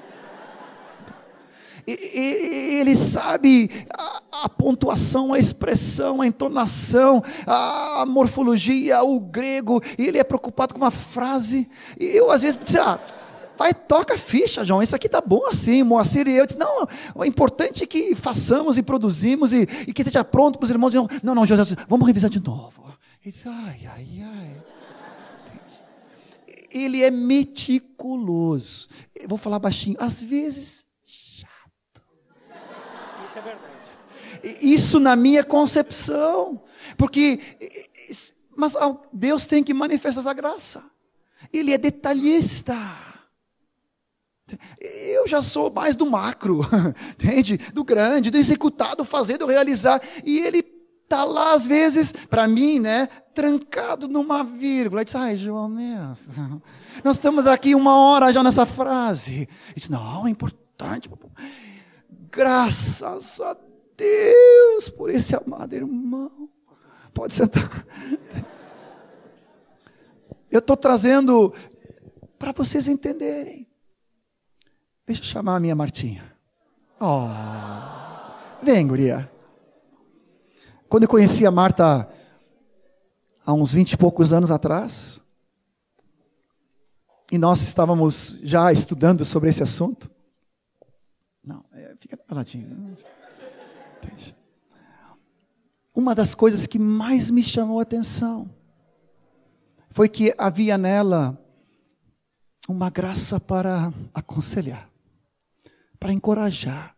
Ele sabe a, a pontuação, a expressão, a entonação, a morfologia, o grego. E ele é preocupado com uma frase. E eu às vezes digo, ah, vai, toca a ficha, João, isso aqui tá bom assim. Moacir e eu disse, não, o importante é que façamos e produzimos e, e que esteja pronto para os irmãos. Não, não, José, vamos revisar de novo. Ele disse, ai, ai, ai. Ele é meticuloso. Eu vou falar baixinho, às vezes chato. Isso é verdade. Isso na minha concepção. Porque, mas Deus tem que manifestar essa graça. Ele é detalhista. Eu já sou mais do macro, entende? Do grande, do executar, do fazer, do realizar. E ele está lá, às vezes, para mim, né, trancado numa vírgula. Ele diz, ai, João Nelson, nós estamos aqui uma hora já nessa frase. Ele diz, não, é importante. Graças a Deus por esse amado irmão. Pode sentar. Eu estou trazendo para vocês entenderem. Deixa eu chamar a minha Martinha. Oh, vem, guria. Quando eu conheci a Marta há uns vinte e poucos anos atrás, e nós estávamos já estudando sobre esse assunto. Não, é, fica caladinho. Entende? Uma das coisas que mais me chamou a atenção foi que havia nela uma graça para aconselhar, para encorajar,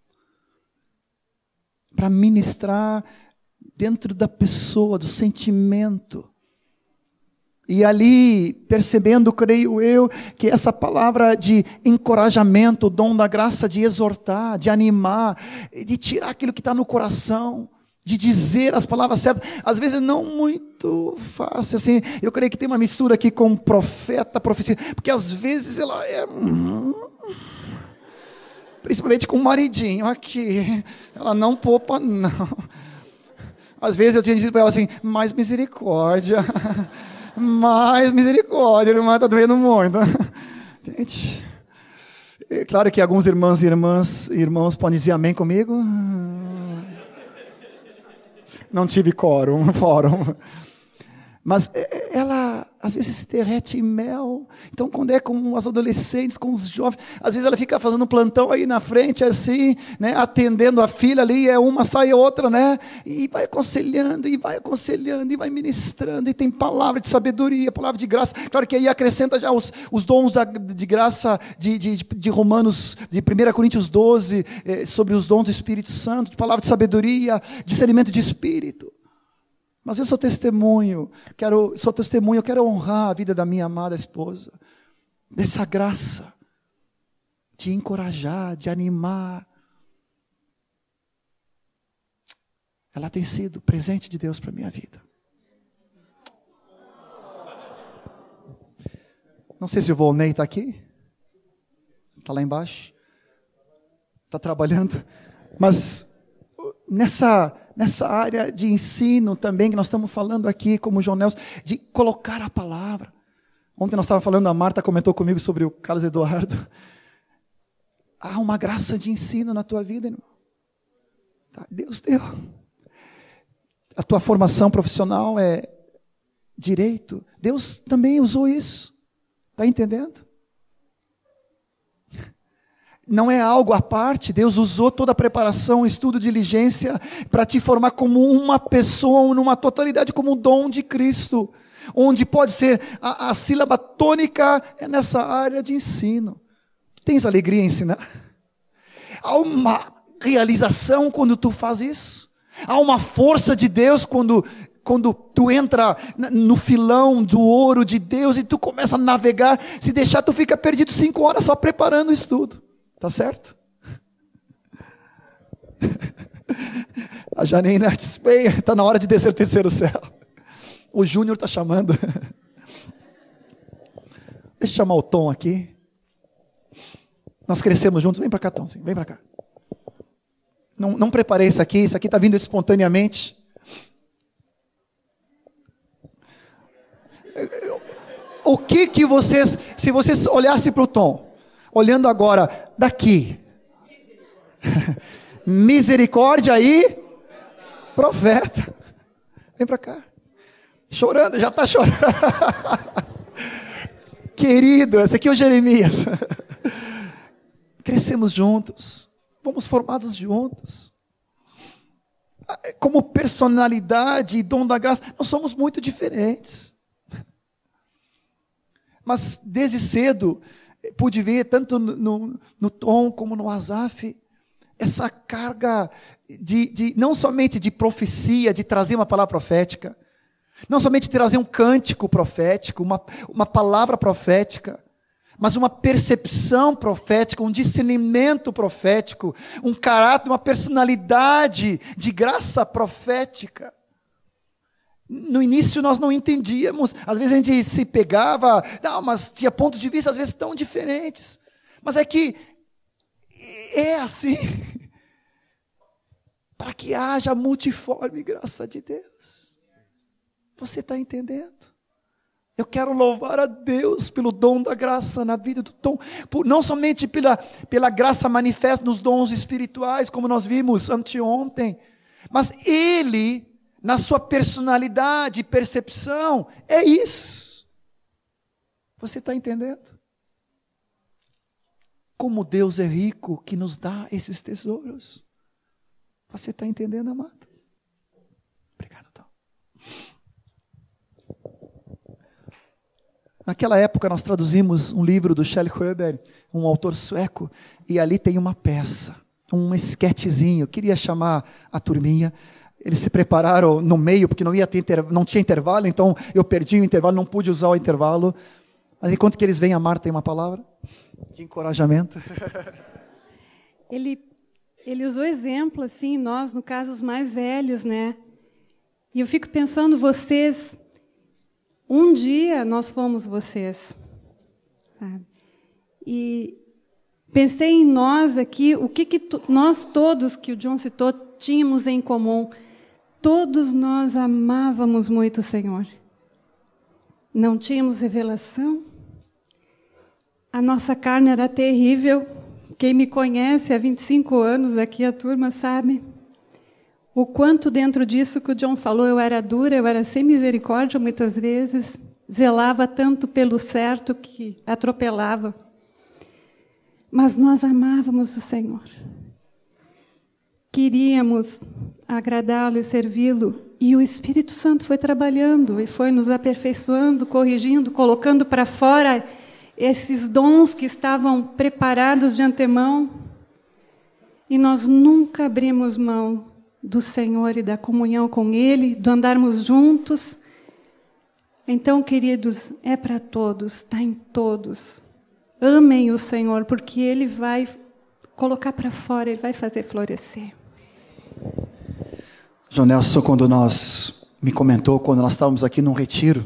para ministrar dentro da pessoa, do sentimento. E ali, percebendo, creio eu, que essa palavra de encorajamento, o dom da graça de exortar, de animar, de tirar aquilo que está no coração, de dizer as palavras certas, às vezes não muito fácil, assim, eu creio que tem uma mistura aqui com profeta, profecia, porque às vezes ela é, principalmente com o maridinho aqui, ela não poupa não, às vezes eu tinha dito para ela assim, mais misericórdia, mais misericórdia, irmã, está doendo muito, entende? É claro que alguns irmãos e irmãs, irmãos podem dizer amém comigo. Não tive quórum, fórum. Mas ela, às vezes, se derrete em mel. Então, quando é com as adolescentes, com os jovens, às vezes ela fica fazendo um plantão aí na frente, assim, né, atendendo a filha ali, é uma, sai outra, né? E vai aconselhando, e vai aconselhando, e vai ministrando, e tem palavra de sabedoria, palavra de graça. Claro que aí acrescenta já os, os dons da, de graça de, de, de Romanos, de primeira Coríntios doze, eh, sobre os dons do Espírito Santo, de palavra de sabedoria, discernimento de espírito. Mas eu sou testemunho, quero, sou testemunho, eu quero honrar a vida da minha amada esposa, dessa graça, de encorajar, de animar. Ela tem sido presente de Deus para a minha vida. Não sei se o Volney está aqui, está lá embaixo, está trabalhando, mas nessa... Nessa área de ensino também, que nós estamos falando aqui, como o João Nelson, de colocar a palavra. Ontem nós estávamos falando, a Marta comentou comigo sobre o Carlos Eduardo. Há uma graça de ensino na tua vida, irmão. Tá? Deus deu. A tua formação profissional é direito. Deus também usou isso. Está entendendo? Não é algo à parte, Deus usou toda a preparação, estudo, diligência, para te formar como uma pessoa, numa totalidade, como um dom de Cristo, onde pode ser, a, a sílaba tônica é nessa área de ensino. Tens alegria em ensinar? Há uma realização quando tu faz isso, há uma força de Deus quando, quando tu entra no filão do ouro de Deus e tu começa a navegar, se deixar tu fica perdido cinco horas só preparando o estudo. Tá certo? A Janine disse, está na hora de descer o terceiro céu. O Júnior está chamando. Deixa eu chamar o Tom aqui. Nós crescemos juntos. Vem para cá, Tomzinho. Vem para cá. Não, não preparei isso aqui. Isso aqui está vindo espontaneamente. O que que vocês... Se vocês olhassem para o Tom... Olhando agora daqui. Misericórdia e profeta. Vem para cá. Chorando, já está chorando. Querido, esse aqui é o Jeremias. Crescemos juntos. Fomos formados juntos. Como personalidade e dom da graça, nós somos muito diferentes. Mas desde cedo... pude ver, tanto no, no Tom como no Asaf, essa carga de, de, não somente de profecia, de trazer uma palavra profética, não somente trazer um cântico profético, uma, uma palavra profética, mas uma percepção profética, um discernimento profético, um caráter, uma personalidade de graça profética. No início nós não entendíamos, às vezes a gente se pegava, não, mas tinha pontos de vista às vezes tão diferentes, mas é que é assim, para que haja multiforme graça de Deus. Você está entendendo? Eu quero louvar a Deus pelo dom da graça na vida do Tom, por, não somente pela, pela graça manifesta nos dons espirituais, como nós vimos anteontem, mas Ele, na sua personalidade e percepção, é isso. Você está entendendo? Como Deus é rico que nos dá esses tesouros. Você está entendendo, amado? Obrigado, Tom. Naquela época nós traduzimos um livro do Kjell Sjöberg, um autor sueco, e ali tem uma peça, um esquetezinho. Eu queria chamar a turminha. Eles se prepararam no meio, porque não, ia ter inter... não tinha intervalo, então eu perdi o intervalo, não pude usar o intervalo. Mas enquanto que eles vêm, a Marta tem uma palavra de encorajamento. Ele, ele usou exemplo, assim, nós, no caso, os mais velhos, né? E eu fico pensando, vocês, um dia nós fomos vocês. Sabe? E pensei em nós aqui, o que, que tu, nós todos, que o John citou, tínhamos em comum. Todos nós amávamos muito o Senhor. Não tínhamos revelação. A nossa carne era terrível. Quem me conhece há vinte e cinco anos aqui, a turma sabe o quanto dentro disso que o John falou, eu era dura, eu era sem misericórdia muitas vezes, zelava tanto pelo certo que atropelava. Mas nós amávamos o Senhor. Queríamos agradá-lo e servi-lo. E o Espírito Santo foi trabalhando e foi nos aperfeiçoando, corrigindo, colocando para fora esses dons que estavam preparados de antemão. E nós nunca abrimos mão do Senhor e da comunhão com Ele, do andarmos juntos. Então, queridos, é para todos, está em todos. Amem o Senhor, porque Ele vai colocar para fora, Ele vai fazer florescer. João Nelson, quando nós, me comentou, quando nós estávamos aqui num retiro,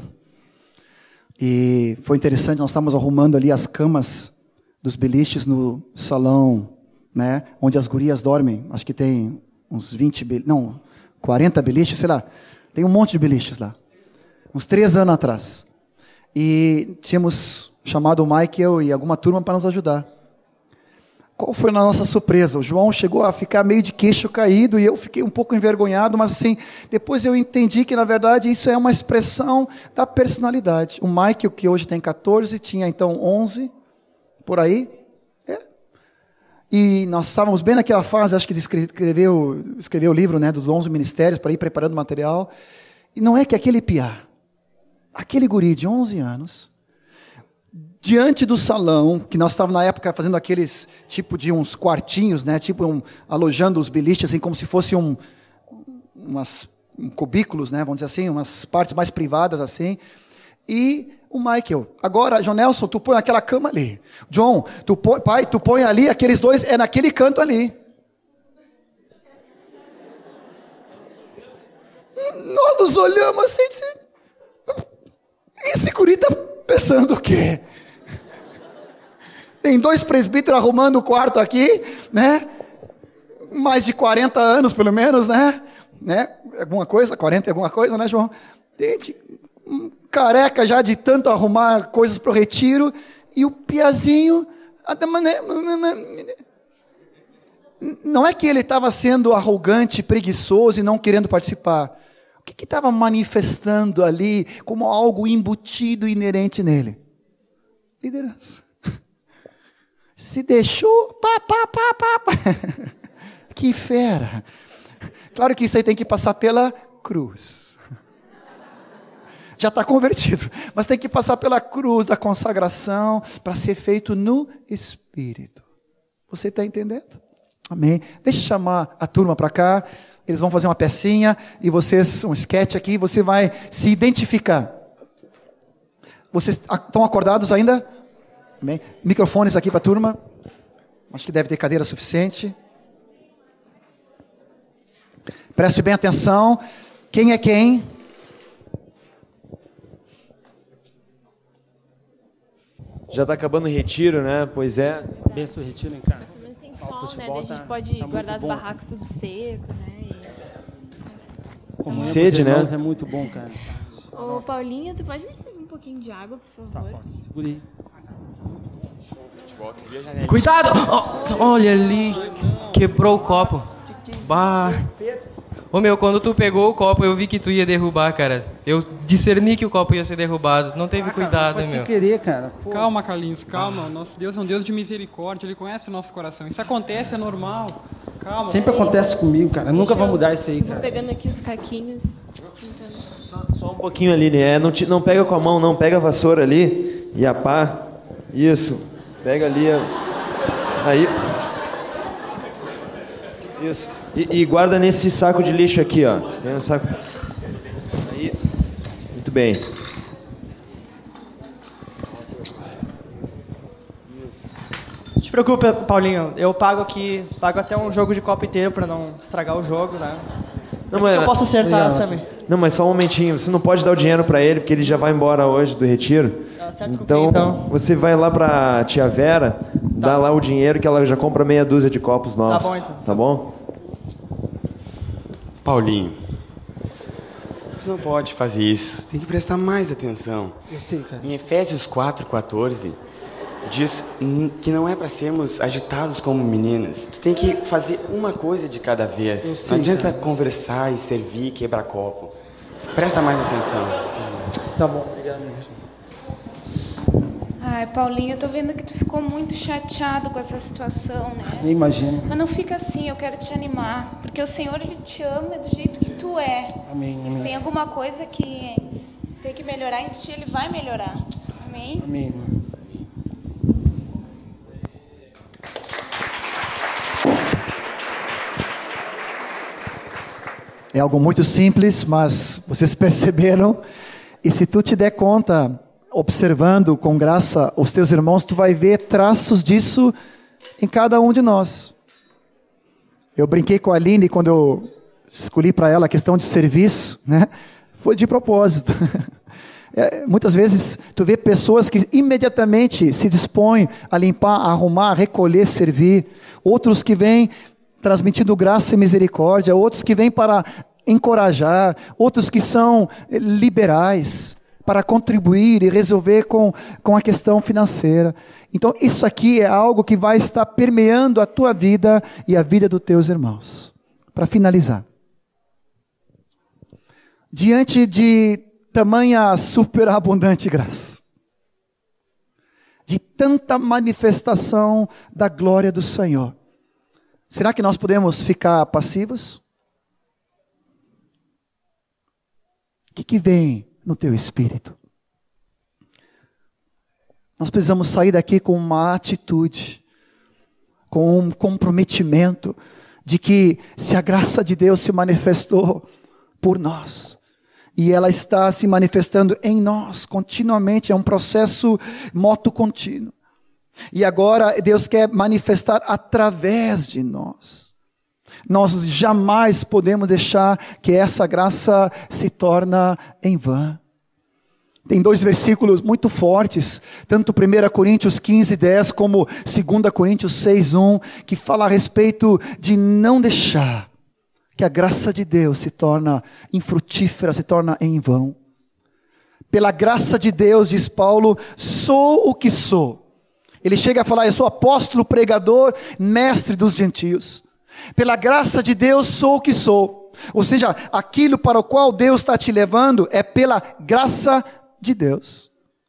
e foi interessante, nós estávamos arrumando ali as camas dos beliches no salão, né, onde as gurias dormem, acho que tem uns vinte, não, quarenta beliches, sei lá, tem um monte de beliches lá, uns três anos atrás, e tínhamos chamado o Michael e alguma turma para nos ajudar. Qual foi a nossa surpresa? O João chegou a ficar meio de queixo caído e eu fiquei um pouco envergonhado, mas assim, depois eu entendi que na verdade isso é uma expressão da personalidade. O Michael, que hoje tem catorze, tinha então onze, por aí. É. E nós estávamos bem naquela fase, acho que de escrever, escrever o livro, né, dos onze ministérios, para ir preparando o material. E não é que aquele piá, aquele guri de onze anos, diante do salão, que nós estávamos na época fazendo aqueles tipo de uns quartinhos, né, tipo um, alojando os beliches, assim, como se fosse um, umas um cubículos, né, vamos dizer assim, umas partes mais privadas, assim. E o Michael, agora, João Nelson, tu põe aquela cama ali. John, tu põe, pai, tu põe ali, aqueles dois, é naquele canto ali. Nós nos olhamos assim, assim, esse guri está pensando o quê? Tem dois presbíteros arrumando o quarto aqui, né? Mais de quarenta anos, pelo menos, né? né? Alguma coisa, quarenta e alguma coisa, né, João? Gente, careca já de tanto arrumar coisas para o retiro, e o piazinho, não é que ele estava sendo arrogante, preguiçoso e não querendo participar. O que estava manifestando ali como algo embutido, inerente nele? Liderança. Se deixou, pá, pá, pá, pá, pá. Que fera. Claro que isso aí tem que passar pela cruz. Já está convertido, mas tem que passar pela cruz da consagração para ser feito no Espírito. Você está entendendo? Amém. Deixa eu chamar a turma para cá. Eles vão fazer uma pecinha e vocês, um sketch aqui, você vai se identificar. Vocês estão acordados ainda? Amém. Microfones aqui para a turma. Acho que deve ter cadeira suficiente. Preste bem atenção. Quem é quem? Já está acabando o retiro, né? Pois é. Benção o retiro em casa. Pelo menos tem sol, né? Daí a gente pode tá guardar as bom, barracas tudo seco, né? E... Comunhão Sede, com os irmãos né? É muito bom, cara. Ô, Paulinho, tu pode me servir um pouquinho de água, por favor? Tá, posso. Segurei. Cuidado! Oh, olha ali, quebrou o copo. Bah. Ô meu, quando tu pegou o copo, eu vi que tu ia derrubar, cara. Eu discerni que o copo ia ser derrubado. Não teve ah, cuidado, cara, né, meu? Sem querer, cara. Pô. Calma, Carlinhos, calma. Nosso Deus é um Deus de misericórdia. Ele conhece o nosso coração. Isso acontece, é normal. Calma. Sempre cara. acontece comigo, cara. Deixa Nunca vai mudar isso aí, cara. Tô pegando aqui os caquinhos. Só, só um pouquinho ali, né? Não, te, não pega com a mão, não. Pega a vassoura ali e a pá. Isso. Pega ali. Aí. Isso. E, e guarda nesse saco de lixo aqui, ó. Tem um saco. Aí. Muito bem. Isso. Não te preocupe, Paulinho. Eu pago aqui, pago até um jogo de copo inteiro pra não estragar o jogo, né? Não, mas, eu posso acertar, Sammy. Não, mas só um momentinho. Você não pode dar o dinheiro pra ele, porque ele já vai embora hoje do retiro. Tá certo, então, então, você vai lá pra tia Vera, tá. dá lá o dinheiro que ela já compra meia dúzia de copos novos. Tá bom, então. Tá bom? Paulinho, você não pode fazer isso. Você tem que prestar mais atenção. Eu sei, cara. Em Efésios quatro, quatorze, diz que não é para sermos agitados como meninas. Tu tem que fazer uma coisa de cada vez. Eu sei, não adianta cara. conversar e servir e quebrar copo. Presta mais atenção. Tá bom, obrigado. Ai, Paulinho, eu tô vendo que tu ficou muito chateado com essa situação, né? Eu imagino. Mas não fica assim, eu quero te animar. Porque o Senhor, Ele te ama do jeito que tu é. Amém, E se amém. tem alguma coisa que tem que melhorar em ti, Ele vai melhorar. Amém? Amém, irmão. É algo muito simples, mas vocês perceberam. E se tu te der conta, observando com graça os teus irmãos, tu vai ver traços disso em cada um de nós. Eu brinquei com a Aline quando eu escolhi para ela a questão de serviço, né? Foi de propósito. É, muitas vezes tu vê pessoas que imediatamente se dispõem a limpar, a arrumar, a recolher, servir. Outros que vêm transmitindo graça e misericórdia, outros que vêm para encorajar, outros que são liberais, para contribuir e resolver com, com a questão financeira. Então isso aqui é algo que vai estar permeando a tua vida e a vida dos teus irmãos. Para finalizar. Diante de tamanha superabundante graça, de tanta manifestação da glória do Senhor, será que nós podemos ficar passivos? O que, que vem no teu espírito? Nós precisamos sair daqui com uma atitude, com um comprometimento de que se a graça de Deus se manifestou por nós, e ela está se manifestando em nós continuamente, é um processo moto contínuo. E agora Deus quer manifestar através de nós. Nós jamais podemos deixar que essa graça se torne em vão. Tem dois versículos muito fortes, tanto primeira Coríntios quinze, dez, como segunda Coríntios seis, um, que fala a respeito de não deixar que a graça de Deus se torne infrutífera, se torne em vão. Pela graça de Deus, diz Paulo, sou o que sou. Ele chega a falar, eu sou apóstolo, pregador, mestre dos gentios. Pela graça de Deus sou o que sou. Ou seja, aquilo para o qual Deus está te levando é pela graça de Deus.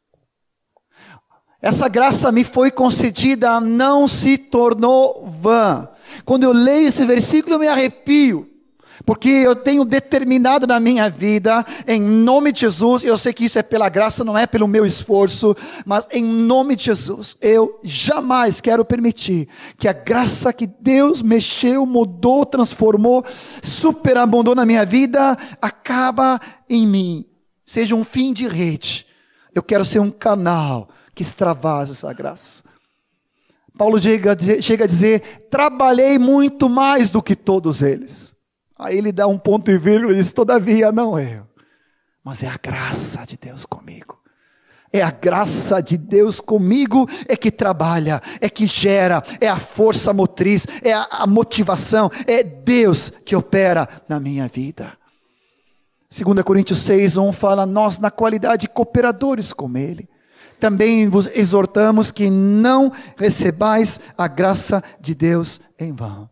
Essa graça me foi concedida, não se tornou vã. Quando eu leio esse versículo eu me arrepio. Porque eu tenho determinado na minha vida, em nome de Jesus, eu sei que isso é pela graça, não é pelo meu esforço, mas em nome de Jesus, eu jamais quero permitir que a graça que Deus mexeu, mudou, transformou, superabundou na minha vida, acaba em mim. Seja um fim de rede. Eu quero ser um canal que extravasa essa graça. Paulo chega, chega a dizer, trabalhei muito mais do que todos eles. Aí ele dá um ponto e vírgula e diz, todavia não eu, mas é a graça de Deus comigo. É a graça de Deus comigo é que trabalha, é que gera, é a força motriz, é a, a motivação, é Deus que opera na minha vida. Segunda Coríntios seis, um fala, nós na qualidade de cooperadores com Ele, também vos exortamos que não recebais a graça de Deus em vão.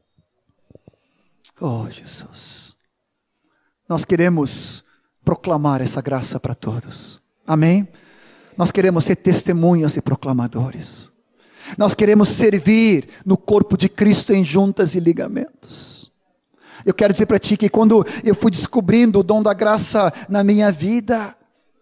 Oh, Jesus. Nós queremos proclamar essa graça para todos. Amém? Nós queremos ser testemunhas e proclamadores. Nós queremos servir no corpo de Cristo em juntas e ligamentos. Eu quero dizer para ti que quando eu fui descobrindo o dom da graça na minha vida,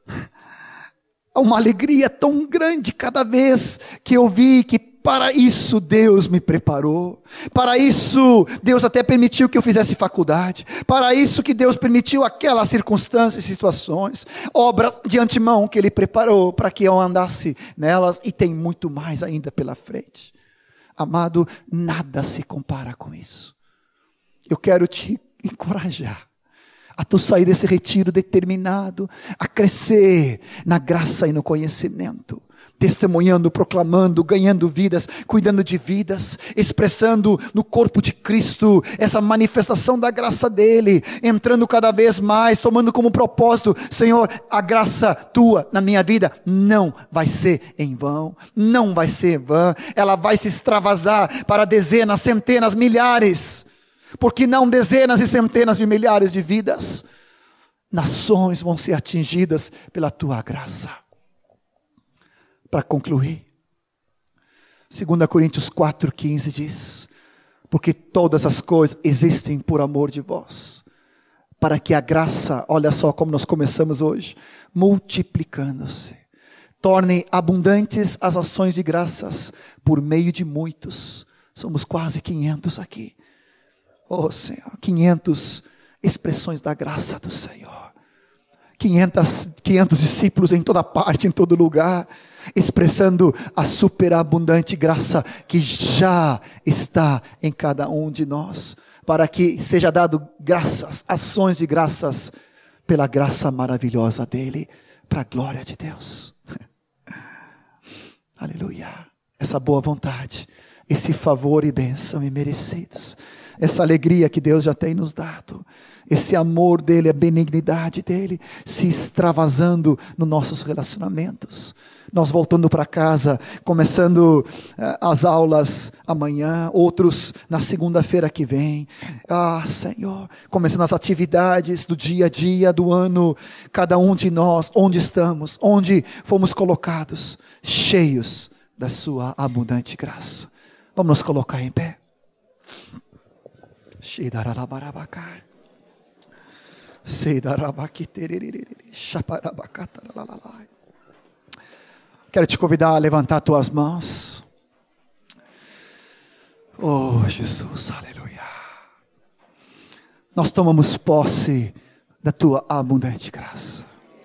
há uma alegria tão grande cada vez que eu vi que para isso Deus me preparou. Para isso Deus até permitiu que eu fizesse faculdade. Para isso que Deus permitiu aquelas circunstâncias e situações. Obras de antemão que Ele preparou para que eu andasse nelas. E tem muito mais ainda pela frente. Amado, nada se compara com isso. Eu quero te encorajar a tu sair desse retiro determinado a crescer na graça e no conhecimento, testemunhando, proclamando, ganhando vidas, cuidando de vidas, expressando no corpo de Cristo essa manifestação da graça dele, entrando cada vez mais, tomando como propósito, Senhor, a graça tua na minha vida não vai ser em vão, não vai ser em vão, ela vai se extravasar para dezenas, centenas, milhares, porque não dezenas e centenas de milhares de vidas, nações vão ser atingidas pela tua graça. Para concluir, Segunda Coríntios quatro, quinze diz, porque todas as coisas existem por amor de vós, para que a graça, olha só como nós começamos hoje, multiplicando-se, tornem abundantes as ações de graças, por meio de muitos, somos quase quinhentos aqui, oh Senhor, quinhentas expressões da graça do Senhor, quinhentos, quinhentos discípulos em toda parte, em todo lugar, expressando a superabundante graça que já está em cada um de nós, para que seja dado graças, ações de graças, pela graça maravilhosa dele, para a glória de Deus. Aleluia. Essa boa vontade, esse favor e bênção imerecidos, essa alegria que Deus já tem nos dado, esse amor dele, a benignidade dele, se extravasando nos nossos relacionamentos. Nós voltando para casa, começando uh, as aulas amanhã, outros na segunda-feira que vem. Ah, Senhor, começando as atividades do dia a dia, do ano, cada um de nós, onde estamos, onde fomos colocados, cheios da sua abundante graça. Vamos nos colocar em pé. Quero te convidar a levantar tuas mãos. Oh, Jesus, aleluia. Nós tomamos posse da tua abundante graça.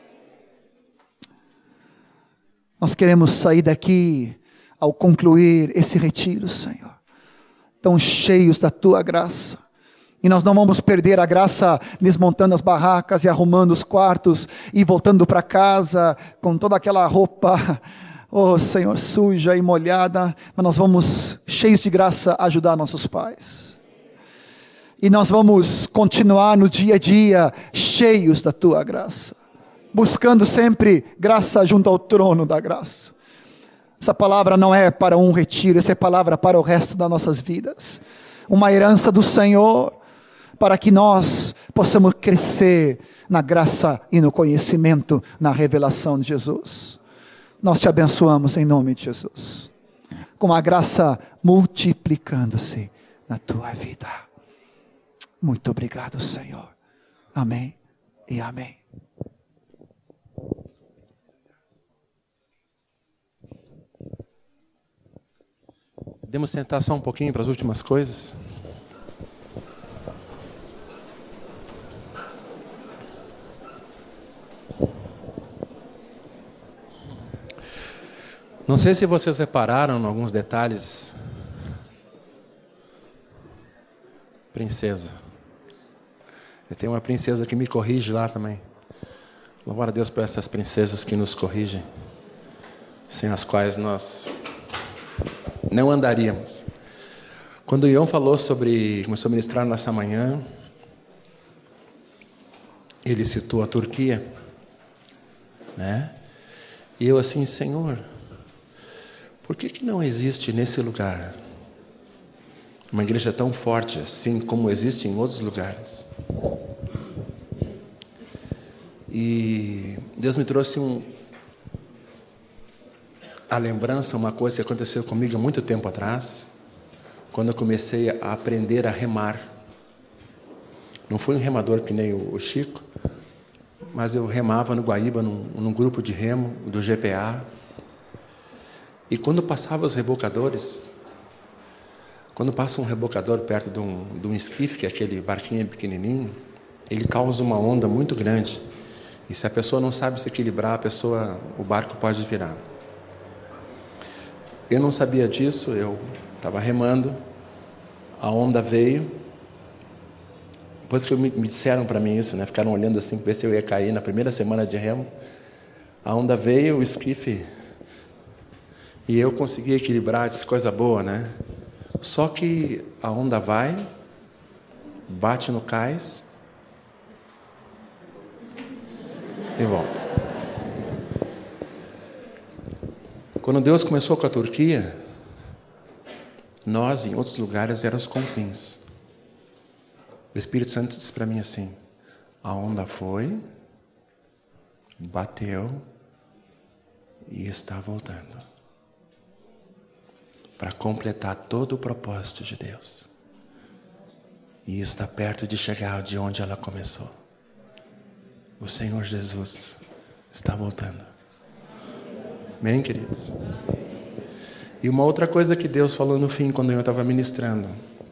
Nós queremos sair daqui ao concluir esse retiro, Senhor, tão cheios da tua graça. E nós não vamos perder a graça desmontando as barracas e arrumando os quartos e voltando para casa com toda aquela roupa, oh Senhor, suja e molhada, mas nós vamos, cheios de graça, ajudar nossos pais. E nós vamos continuar no dia a dia, cheios da tua graça, buscando sempre graça junto ao trono da graça. Essa palavra não é para um retiro, essa é palavra para o resto das nossas vidas. Uma herança do Senhor, para que nós possamos crescer na graça e no conhecimento, na revelação de Jesus. Nós te abençoamos em nome de Jesus, com a graça multiplicando-se na tua vida. Muito obrigado, Senhor. Amém e amém. Podemos sentar só um pouquinho para as últimas coisas? Não sei se vocês repararam em alguns detalhes. Princesa. Eu tenho uma princesa que me corrige lá também. Louvado a Deus por essas princesas que nos corrigem, sem as quais nós não andaríamos. Quando o Ion falou sobre, começou a ministrar nessa manhã, ele citou a Turquia, né? E eu assim, Senhor, por que que não existe nesse lugar uma igreja tão forte assim como existe em outros lugares? E Deus me trouxe um, a lembrança, uma coisa que aconteceu comigo há muito tempo atrás, quando eu comecei a aprender a remar. Não fui um remador que nem o Chico, mas eu remava no Guaíba, num, num grupo de remo do G P A. E quando passava os rebocadores, quando passa um rebocador perto de um, de um esquife, que é aquele barquinho pequenininho, ele causa uma onda muito grande. E se a pessoa não sabe se equilibrar, a pessoa, o barco pode virar. Eu não sabia disso, eu estava remando, a onda veio. Depois que me, me disseram para mim isso, né, ficaram olhando assim, para ver se eu ia cair na primeira semana de remo. A onda veio, o esquife, e eu consegui equilibrar, disse, coisa boa, né? Só que a onda vai, bate no cais e volta. Quando Deus começou com a Turquia, nós, em outros lugares, éramos os confins. O Espírito Santo disse para mim assim, a onda foi, bateu e está voltando. Para completar todo o propósito de Deus. E está perto de chegar de onde ela começou. O Senhor Jesus está voltando. Amém, queridos? E uma outra coisa que Deus falou no fim, quando eu estava ministrando.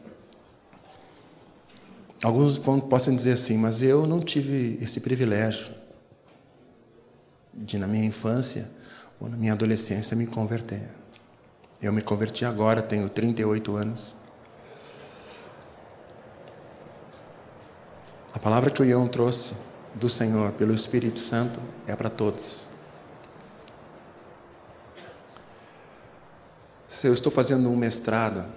Alguns possam dizer assim, mas eu não tive esse privilégio de, na minha infância ou na minha adolescência, me converter. Eu me converti agora, tenho trinta e oito anos. A palavra que o Ion trouxe do Senhor pelo Espírito Santo é para todos. Se eu estou fazendo um mestrado,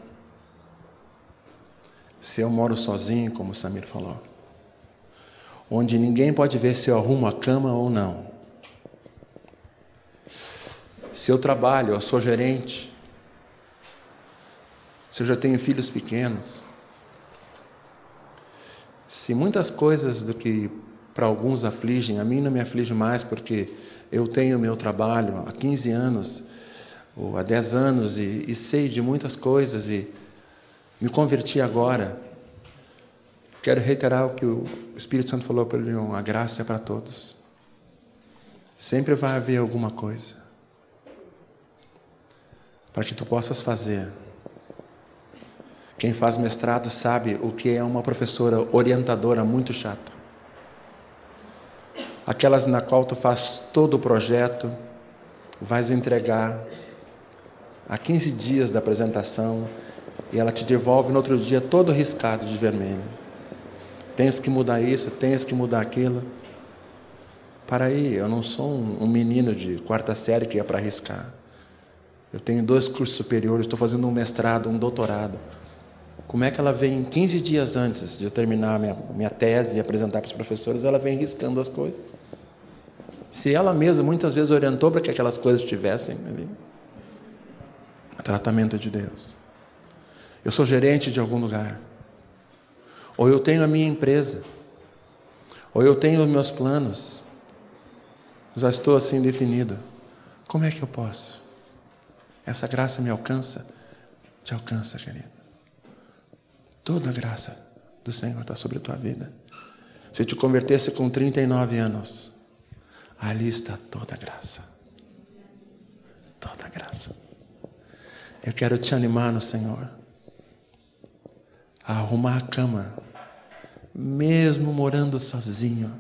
se eu moro sozinho, como o Samir falou, onde ninguém pode ver se eu arrumo a cama ou não, se eu trabalho, eu sou gerente, se eu já tenho filhos pequenos, se muitas coisas do que para alguns afligem, a mim não me aflige mais, porque eu tenho meu trabalho há quinze anos, ou há dez anos, e, e sei de muitas coisas, e me converti agora. Quero reiterar o que o Espírito Santo falou para ele, a graça é para todos. Sempre vai haver alguma coisa para que tu possas fazer. Quem faz mestrado sabe o que é uma professora orientadora muito chata. Aquelas na qual tu faz todo o projeto, vais entregar há quinze dias da apresentação e ela te devolve no outro dia todo riscado de vermelho. Tens que mudar isso, tens que mudar aquilo. Para aí, eu não sou um, um menino de quarta série que é para arriscar. Eu tenho dois cursos superiores, estou fazendo um mestrado, um doutorado. Como é que ela vem quinze dias antes de eu terminar minha, minha tese e apresentar para os professores, ela vem riscando as coisas? Se ela mesma muitas vezes orientou para que aquelas coisas estivessem ali. Tratamento de Deus. Eu sou gerente de algum lugar. Ou eu tenho a minha empresa. Ou eu tenho os meus planos. Já estou assim definido. Como é que eu posso? Essa graça me alcança? Te alcança, querido. Toda a graça do Senhor está sobre a tua vida. Se te convertesse com trinta e nove anos, ali está toda a graça. Toda a graça. Eu quero te animar no Senhor a arrumar a cama, mesmo morando sozinho,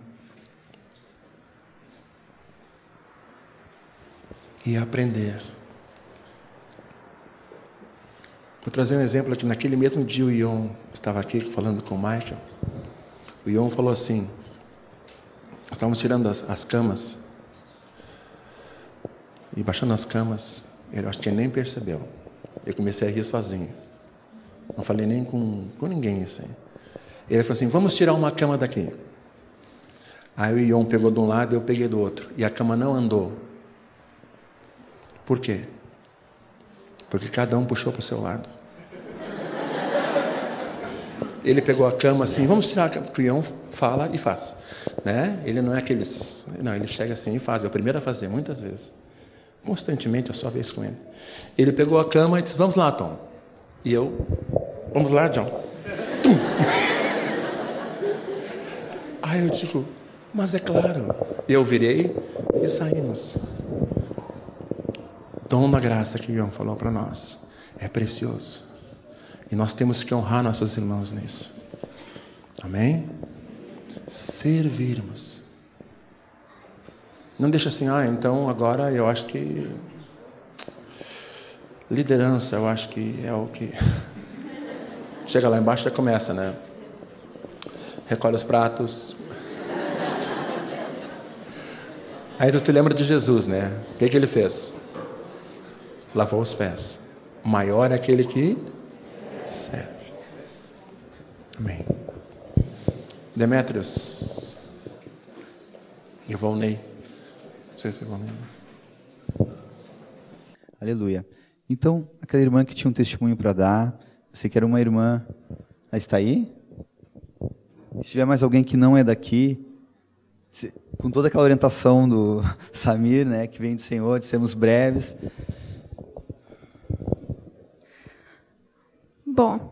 e aprender. Vou trazer um exemplo aqui. Naquele mesmo dia o Ion estava aqui falando com o Michael. O Ion falou assim, estávamos tirando as, as camas e baixando as camas, ele acho que ele nem percebeu. Eu comecei a rir sozinho. Não falei nem com, com ninguém isso aí. Ele falou assim, vamos tirar uma cama daqui. Aí o Ion pegou de um lado e eu peguei do outro. E a cama não andou. Por quê? Porque cada um puxou para o seu lado. Ele pegou a cama assim, vamos tirar a cama. O Ion fala e faz. Né? Ele não é aqueles... Não, ele chega assim e faz. É o primeiro a fazer, muitas vezes. Constantemente, é só vez com ele. Ele pegou a cama e disse, vamos lá, Tom. E eu, vamos lá, John. Tum. Aí eu digo, mas é claro. Eu virei e saímos. Dom da graça que o Ion falou para nós é precioso. E nós temos que honrar nossos irmãos nisso. Amém? Servirmos. Não deixa assim, ah, então agora eu acho que liderança, eu acho que é o que... Chega lá embaixo já começa, né? Recolhe os pratos. Aí tu te lembra de Jesus, né? O que, que ele fez? Lavou os pés. Maior é aquele que serve. Amém. Demétrios. Ivonei. Não sei se Ivonei. Aleluia. Então, aquela irmã que tinha um testemunho para dar, eu sei que era uma irmã, ela está aí? Se tiver mais alguém que não é daqui, se, com toda aquela orientação do Samir, né, que vem do Senhor, de sermos breves. Bom,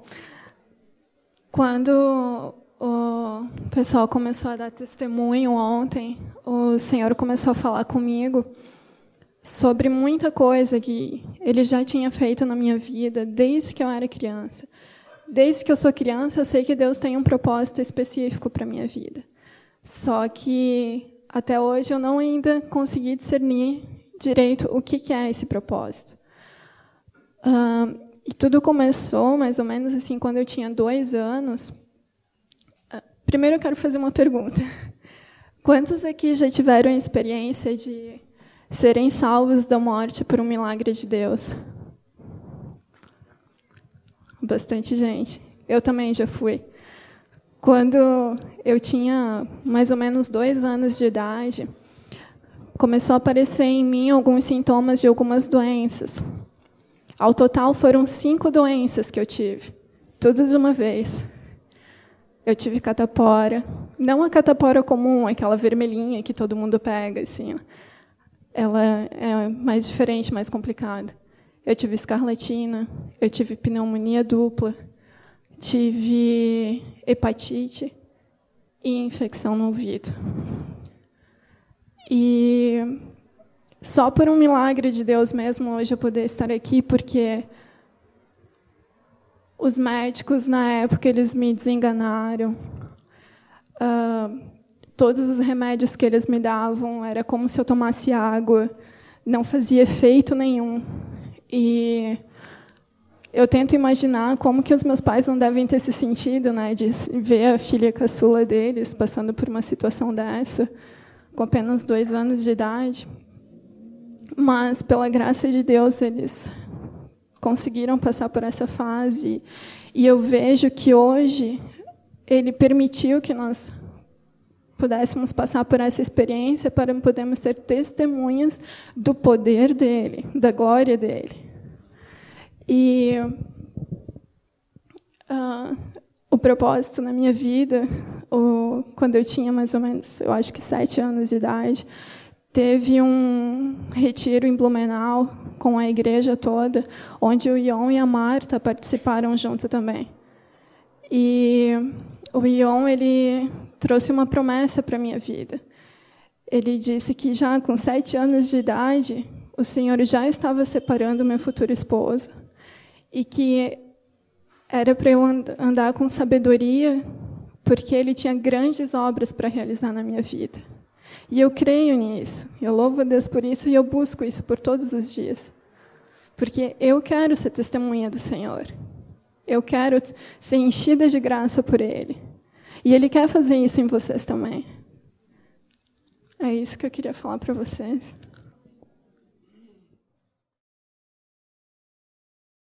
quando o pessoal começou a dar testemunho ontem, o Senhor começou a falar comigo sobre muita coisa que Ele já tinha feito na minha vida desde que eu era criança. Desde que eu sou criança, eu sei que Deus tem um propósito específico para a minha vida. Só que até hoje eu não ainda consegui discernir direito o que é esse propósito. Uh, e tudo começou mais ou menos assim quando eu tinha dois anos. Uh, primeiro eu quero fazer uma pergunta. Quantos aqui já tiveram a experiência de serem salvos da morte por um milagre de Deus? Bastante gente. Eu também já fui. Quando eu tinha mais ou menos dois anos de idade, começou a aparecer em mim alguns sintomas de algumas doenças. Ao total, foram cinco doenças que eu tive, tudo de uma vez. Eu tive catapora, não a catapora comum, aquela vermelhinha que todo mundo pega, assim. Ela é mais diferente, mais complicada. Eu tive escarlatina, eu tive pneumonia dupla, tive hepatite e infecção no ouvido. E só por um milagre de Deus mesmo hoje eu poder estar aqui, porque os médicos, na época, eles me desenganaram. Uh, todos os remédios que eles me davam era como se eu tomasse água, não fazia efeito nenhum. E eu tento imaginar como que os meus pais não devem ter se sentido, né, de ver a filha caçula deles passando por uma situação dessa, com apenas dois anos de idade. Mas, pela graça de Deus, eles conseguiram passar por essa fase. E eu vejo que hoje Ele permitiu que nós pudéssemos passar por essa experiência para podermos ser testemunhas do poder dele, da glória dele. E uh, o propósito na minha vida, o, quando eu tinha mais ou menos, eu acho que sete anos de idade, teve um retiro em Blumenau com a igreja toda, onde o Ion e a Marta participaram junto também. E o Ion, ele trouxe uma promessa para a minha vida. Ele disse que já com sete anos de idade, o Senhor já estava separando o meu futuro esposo e que era para eu andar com sabedoria, porque Ele tinha grandes obras para realizar na minha vida. E eu creio nisso, eu louvo a Deus por isso e eu busco isso por todos os dias. Porque eu quero ser testemunha do Senhor. Eu quero ser enchida de graça por Ele. E Ele quer fazer isso em vocês também. É isso que eu queria falar para vocês.